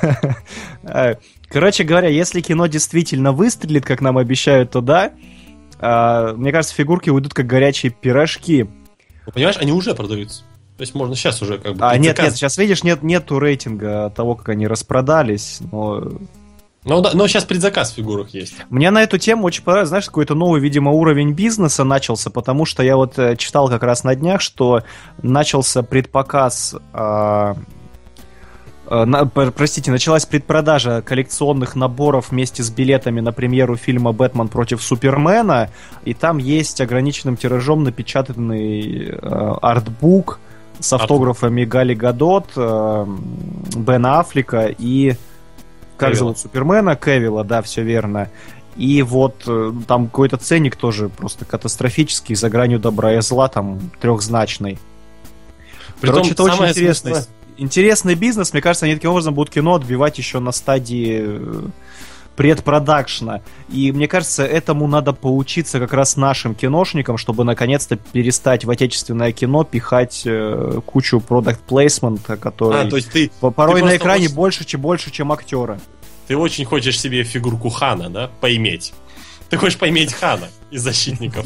Короче говоря, если кино действительно выстрелит, как нам обещают, то да. Мне кажется, фигурки уйдут как горячие пирожки. Ну, понимаешь, они уже продаются. То есть можно сейчас уже как бы... А, нет, нет, сейчас, видишь, нет, нету рейтинга того, как они распродались, но... Ну, да, но сейчас предзаказ в фигурах есть. Мне на эту тему очень понравилось, знаешь, какой-то новый, видимо, уровень бизнеса начался, потому что я вот э, читал как раз на днях, что начался предпоказ... Э, э, на, простите, началась предпродажа коллекционных наборов вместе с билетами на премьеру фильма «Бэтмен против Супермена», и там есть ограниченным тиражом напечатанный э, артбук с автографами Гали Гадот, э, Бена Аффлека и... Как Кевилла. зовут Супермена? Кевилла, да, все верно. И вот э, там какой-то ценник тоже просто катастрофический, за гранью добра и зла, там трехзначный. Притом, короче, это очень интересный, смысле... интересный бизнес. Мне кажется, они таким образом будут кино отбивать еще на стадии э, предпродакшна. И мне кажется, этому надо поучиться как раз нашим киношникам, чтобы наконец-то перестать в отечественное кино пихать э, кучу продакт-плейсмента, который а, то есть ты, порой ты на экране очень... больше, чем больше, чем актера. Ты очень хочешь себе фигурку Хана, да, поиметь. Ты хочешь поиметь Хана из «Защитников».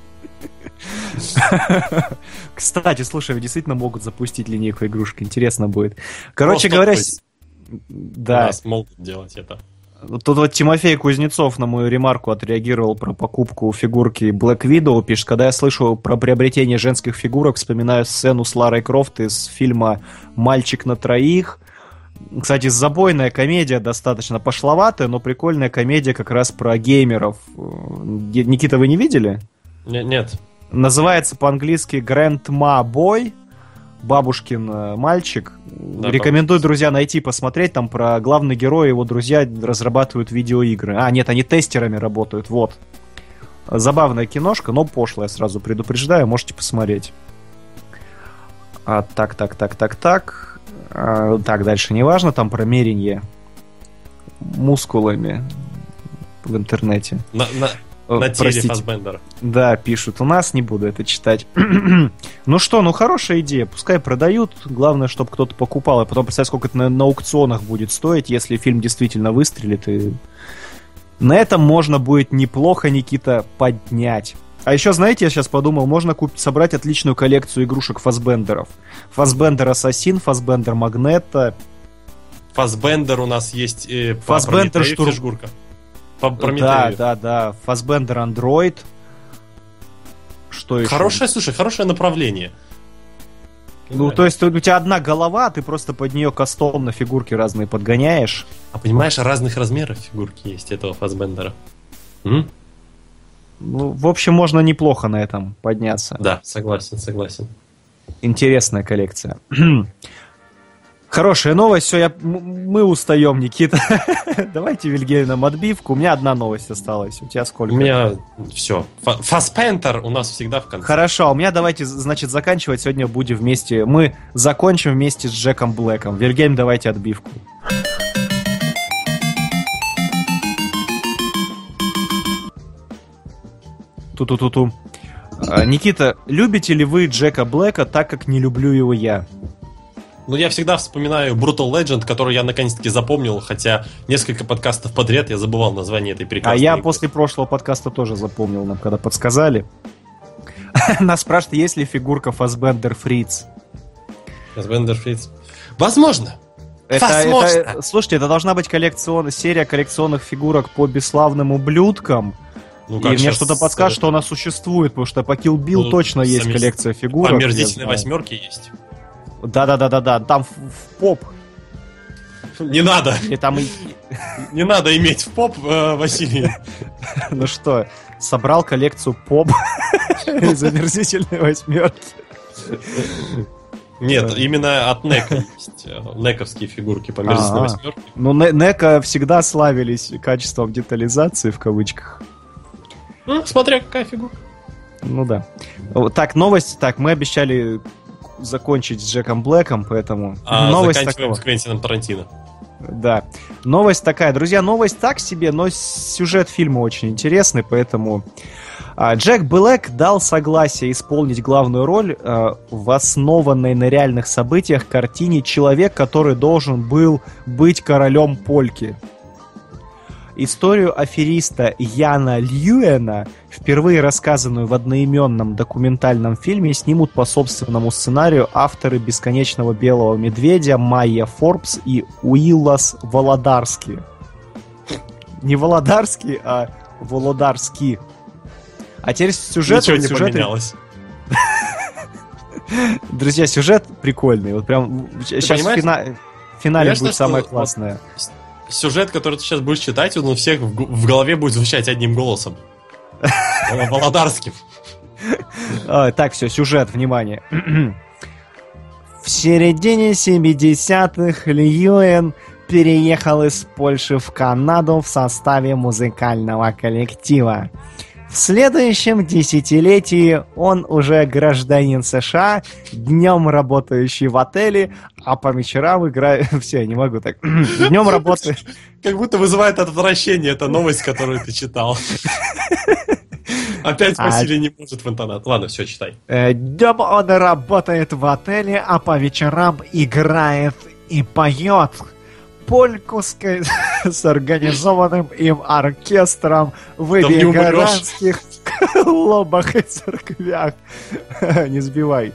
Кстати, слушай, вы действительно могут запустить линейку игрушек. Интересно будет. Короче говоря... Да. У нас могут делать это. Тут вот Тимофей Кузнецов на мою ремарку отреагировал про покупку фигурки Black Widow. Пишет, когда я слышу про приобретение женских фигурок, вспоминаю сцену с Ларой Крофт из фильма «Мальчик на троих». Кстати, забойная комедия, достаточно пошловатая, но прикольная комедия как раз про геймеров. Никита, вы не видели? Нет. Называется по-английски «Grandma Boy». Бабушкин мальчик. Да, рекомендую, бабушкин. Друзья, найти, посмотреть. Там про главный герой и его друзья разрабатывают видеоигры. А, нет, они тестерами работают. Вот. Забавная киношка, но пошлая, сразу предупреждаю. Можете посмотреть. А, так, так, так, так, так. А, так, дальше не важно. Там про меренье мускулами в интернете. На, на... На теле Фассбендера. Да, пишут у нас, не буду это читать. Ну что, ну хорошая идея, пускай продают, главное, чтобы кто-то покупал, а потом представь, сколько это на, на аукционах будет стоить, если фильм действительно выстрелит, и на этом можно будет неплохо, Никита, поднять. А еще, знаете, я сейчас подумал, можно купить, собрать отличную коллекцию игрушек Фассбендеров. Фассбендер Ассасин, Фассбендер Магнета. Фассбендер у нас есть э, Фассбендер Штурм... фигурка. Да, да, да. Фассбендер Андроид. Что еще? Хорошее, слушай, хорошее направление. Ну, да. То есть у тебя одна голова, ты просто под нее кастомно фигурки разные подгоняешь. А понимаешь, разных размеров фигурки есть этого Фассбендера. М? Ну, в общем, можно неплохо на этом подняться. Да, согласен, согласен. Интересная коллекция. Хорошая новость, все, я, мы устаем, Никита. Давайте, Вильгельм, нам отбивку. У меня одна новость осталась. У тебя сколько? У меня все. Фассбендер у нас всегда в конце. Хорошо, а у меня давайте, значит, заканчивать. Сегодня будем вместе. Мы закончим вместе с Джеком Блэком. Вильгельм, давайте отбивку. Ту-ту-ту-ту. А, Никита, любите ли вы Джека Блэка так, как не люблю его я? Ну, я всегда вспоминаю Brutal Legend, который я наконец-таки запомнил, хотя несколько подкастов подряд я забывал название этой прекрасной А я игры. после прошлого подкаста тоже запомнил, нам когда подсказали. Нас спрашивают, есть ли фигурка Fassbender Fritz. Fassbender Fritz. Возможно. Это, Возможно. это, слушайте, это должна быть коллекцион, серия коллекционных фигурок по бесславным ублюдкам. Ну, И как мне щас что-то подскажет, что она существует, потому что по Kill Bill Ну, точно есть сами- коллекция фигурок. Омерзительной я знаю. восьмерки есть. Да-да-да-да-да, там в, в поп. Не надо. И там и... Не надо иметь в поп, э, Василий. Ну что, собрал коллекцию поп из омерзительной восьмерки. Нет, именно от Нека есть э, нековские фигурки по омерзительной А-а. восьмерке. Ну, Не- Нека всегда славились качеством детализации, в кавычках. Ну, смотря какая фигурка. Ну да. Вот так, новость. Так, мы обещали закончить с Джеком Блэком, поэтому А новость заканчиваем такого. с Квентином Тарантино. Да. Новость такая. Друзья, новость так себе, но сюжет фильма очень интересный, поэтому... а, Джек Блэк дал согласие исполнить главную роль а, в основанной на реальных событиях картине «Человек, который должен был быть королем польки». Историю афериста Яна Льюэна, впервые рассказанную в одноименном документальном фильме, снимут по собственному сценарию авторы «Бесконечного белого медведя» Майя Форбс и Уиллас Володарский. Не Володарский, а Володарский. А теперь сюжет... Ничего не сюжет- поменялось. Друзья, сюжет прикольный. Вот прям сейчас в понимаешь? фина- в финале Конечно, будет самое что- классное. Сюжет, который ты сейчас будешь читать, он у всех в г- в голове будет звучать одним голосом. Володарским. А, так, все, сюжет, внимание. В середине семидесятых Льюэн переехал из Польши в Канаду в составе музыкального коллектива. В следующем десятилетии он уже гражданин США, днем работающий в отеле, а по вечерам играет... Все, я не могу так. Днем работает... Как будто вызывает отвращение эта новость, которую ты читал. Опять А- Василий не может в интонат. Ладно, все, читай. Э, Днем он работает в отеле, а по вечерам играет и поет польку с, ка- с организованным им оркестром в Там не умрёшь. эмигрантских клубах и церквях. Не сбивай.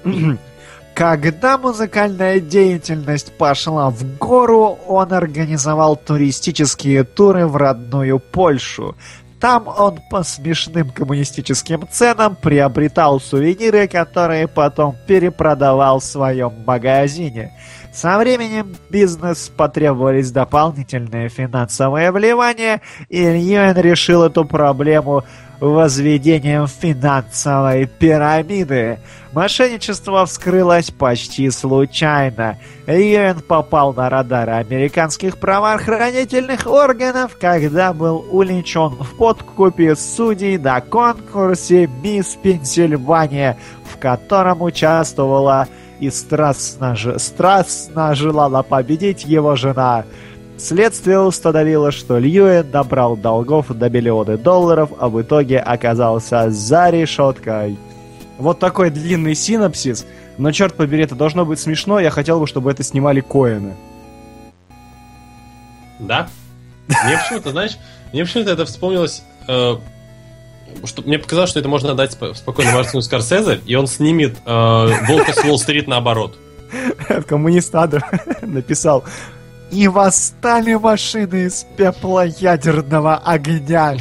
Когда музыкальная деятельность пошла в гору, он организовал туристические туры в родную Польшу. Там он по смешным коммунистическим ценам приобретал сувениры, которые потом перепродавал в своем магазине. Со временем бизнес потребовались дополнительные финансовые вливания, и Льюэн решил эту проблему возведением финансовой пирамиды. Мошенничество вскрылось почти случайно. Льюэн попал на радары американских правоохранительных органов, когда был увлечен в подкупе судей на конкурсе «Мисс Пенсильвания», в котором участвовала и страстно, ж- страстно желала победить его жена. Следствие установило, что Льюэн набрал долгов до миллиона долларов, а в итоге оказался за решеткой. Вот такой длинный синопсис, но, черт побери, это должно быть смешно, я хотел бы, чтобы это снимали Коэны. Да? Мне почему-то, знаешь, мне почему-то это вспомнилось, э, что мне показалось, что это можно отдать спо- спокойно Мартину Скорсезе, и он снимет э, «Волка с Уолл-стрит» наоборот. Коммунист Адер написал: «И восстали машины из пепла ядерного огня».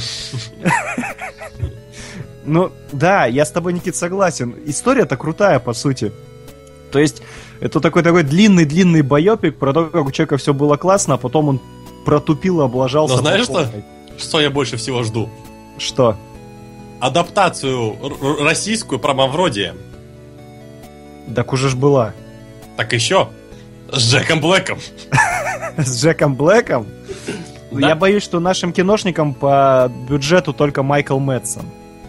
Ну, да, я с тобой, Никит, согласен. История-то крутая, по сути. То есть, это такой-такой длинный-длинный байопик про то, как у человека все было классно, а потом он протупил и облажался. Но знаешь по что? полной. Что я больше всего жду? Что? Адаптацию р- р- российскую про Мавроди. Так уже ж была. Так еще с Джеком Блэком. С Джеком Блэком? Да. Я боюсь, что нашим киношникам по бюджету только Майкл Мэтсон.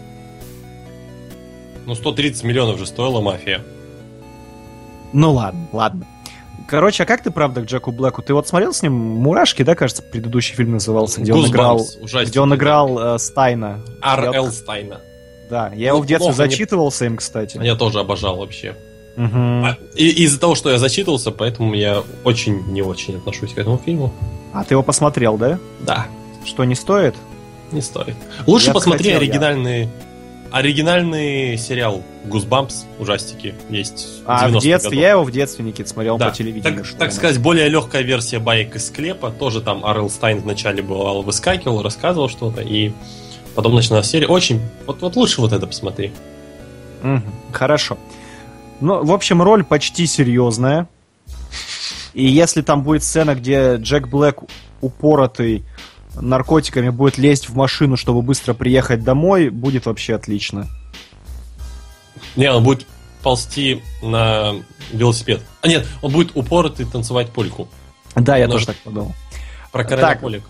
Ну, сто тридцать миллионов же стоила «Мафия». Ну ладно, ладно. Короче, а как ты, правда, к Джеку Блэку? Ты вот смотрел с ним «Мурашки», да, кажется, предыдущий фильм назывался, где он Goosebumps, играл, ужастик. где он играл э, Стайна. Ар Я- Эл Стайна. Да, я его Ну, в детстве плохо, не- зачитывался им, кстати. Я тоже обожал вообще. Угу. А, и, из-за того, что я зачитывался, поэтому я очень не очень отношусь к этому фильму. А ты его посмотрел, да? Да. Что, не стоит? Не стоит. Лучше Я посмотри хотел, оригинальный, я... оригинальный сериал Goosebumps, ужастики, есть. А в детстве, годов. я его в детстве, Никит, смотрел Да. по телевидению. Так, так сказать, более легкая версия баек из склепа. Тоже там Ар Эл Стайн вначале бывал, выскакивал, рассказывал что-то, и потом началась серия. Очень. Вот, вот лучше вот это посмотри. Угу. Хорошо. Ну, в общем, роль почти серьезная. И если там будет сцена, где Джек Блэк, упоротый наркотиками, будет лезть в машину, чтобы быстро приехать домой, будет вообще отлично. Не, он будет ползти на велосипед. А нет, он будет упоротый танцевать польку. Да, я Может, тоже так подумал. Про короля Так. полек.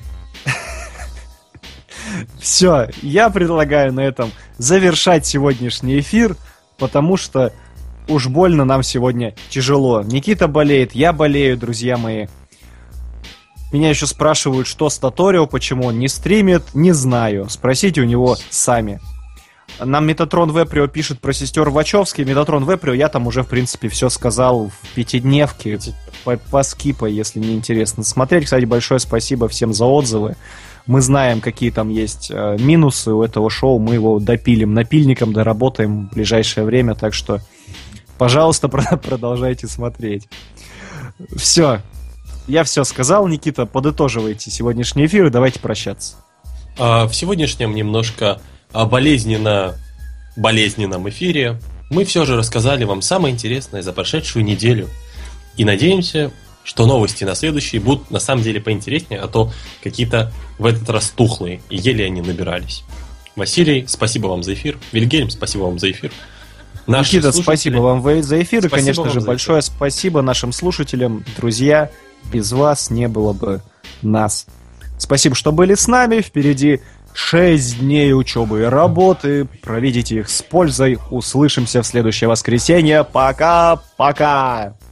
Все, я предлагаю на этом завершать сегодняшний эфир, потому что уж больно нам сегодня тяжело. Никита болеет, я болею, друзья мои. Меня еще спрашивают, что с Тоторио, почему он не стримит, не знаю. Спросите у него сами. Нам Метатрон Веприо пишет про сестер Вачовски. Метатрон Веприо, я там уже, в принципе, все сказал в пятидневке. По, по скипа, если не интересно смотреть. Кстати, большое спасибо всем за отзывы. Мы знаем, какие там есть э, минусы у этого шоу. Мы его допилим напильником, доработаем в ближайшее время. Так что, пожалуйста, продолжайте смотреть. Все. Я все сказал, Никита, подытоживайте сегодняшний эфир и давайте прощаться. А, в сегодняшнем немножко болезненно, болезненном эфире мы все же рассказали вам самое интересное за прошедшую неделю. И надеемся, что новости на следующие будут на самом деле поинтереснее, а то какие-то в этот раз тухлые, и еле они набирались. Василий, спасибо вам за эфир. Вильгельм, спасибо вам за эфир. Наши Никита, слушатели... спасибо вам за эфир. И, Спасибо конечно вам же, за большое эфир. спасибо нашим слушателям, друзья. Без вас не было бы нас. Спасибо, что были с нами. Впереди шесть дней учебы и работы. Проведите их с пользой. Услышимся в следующее воскресенье. Пока-пока.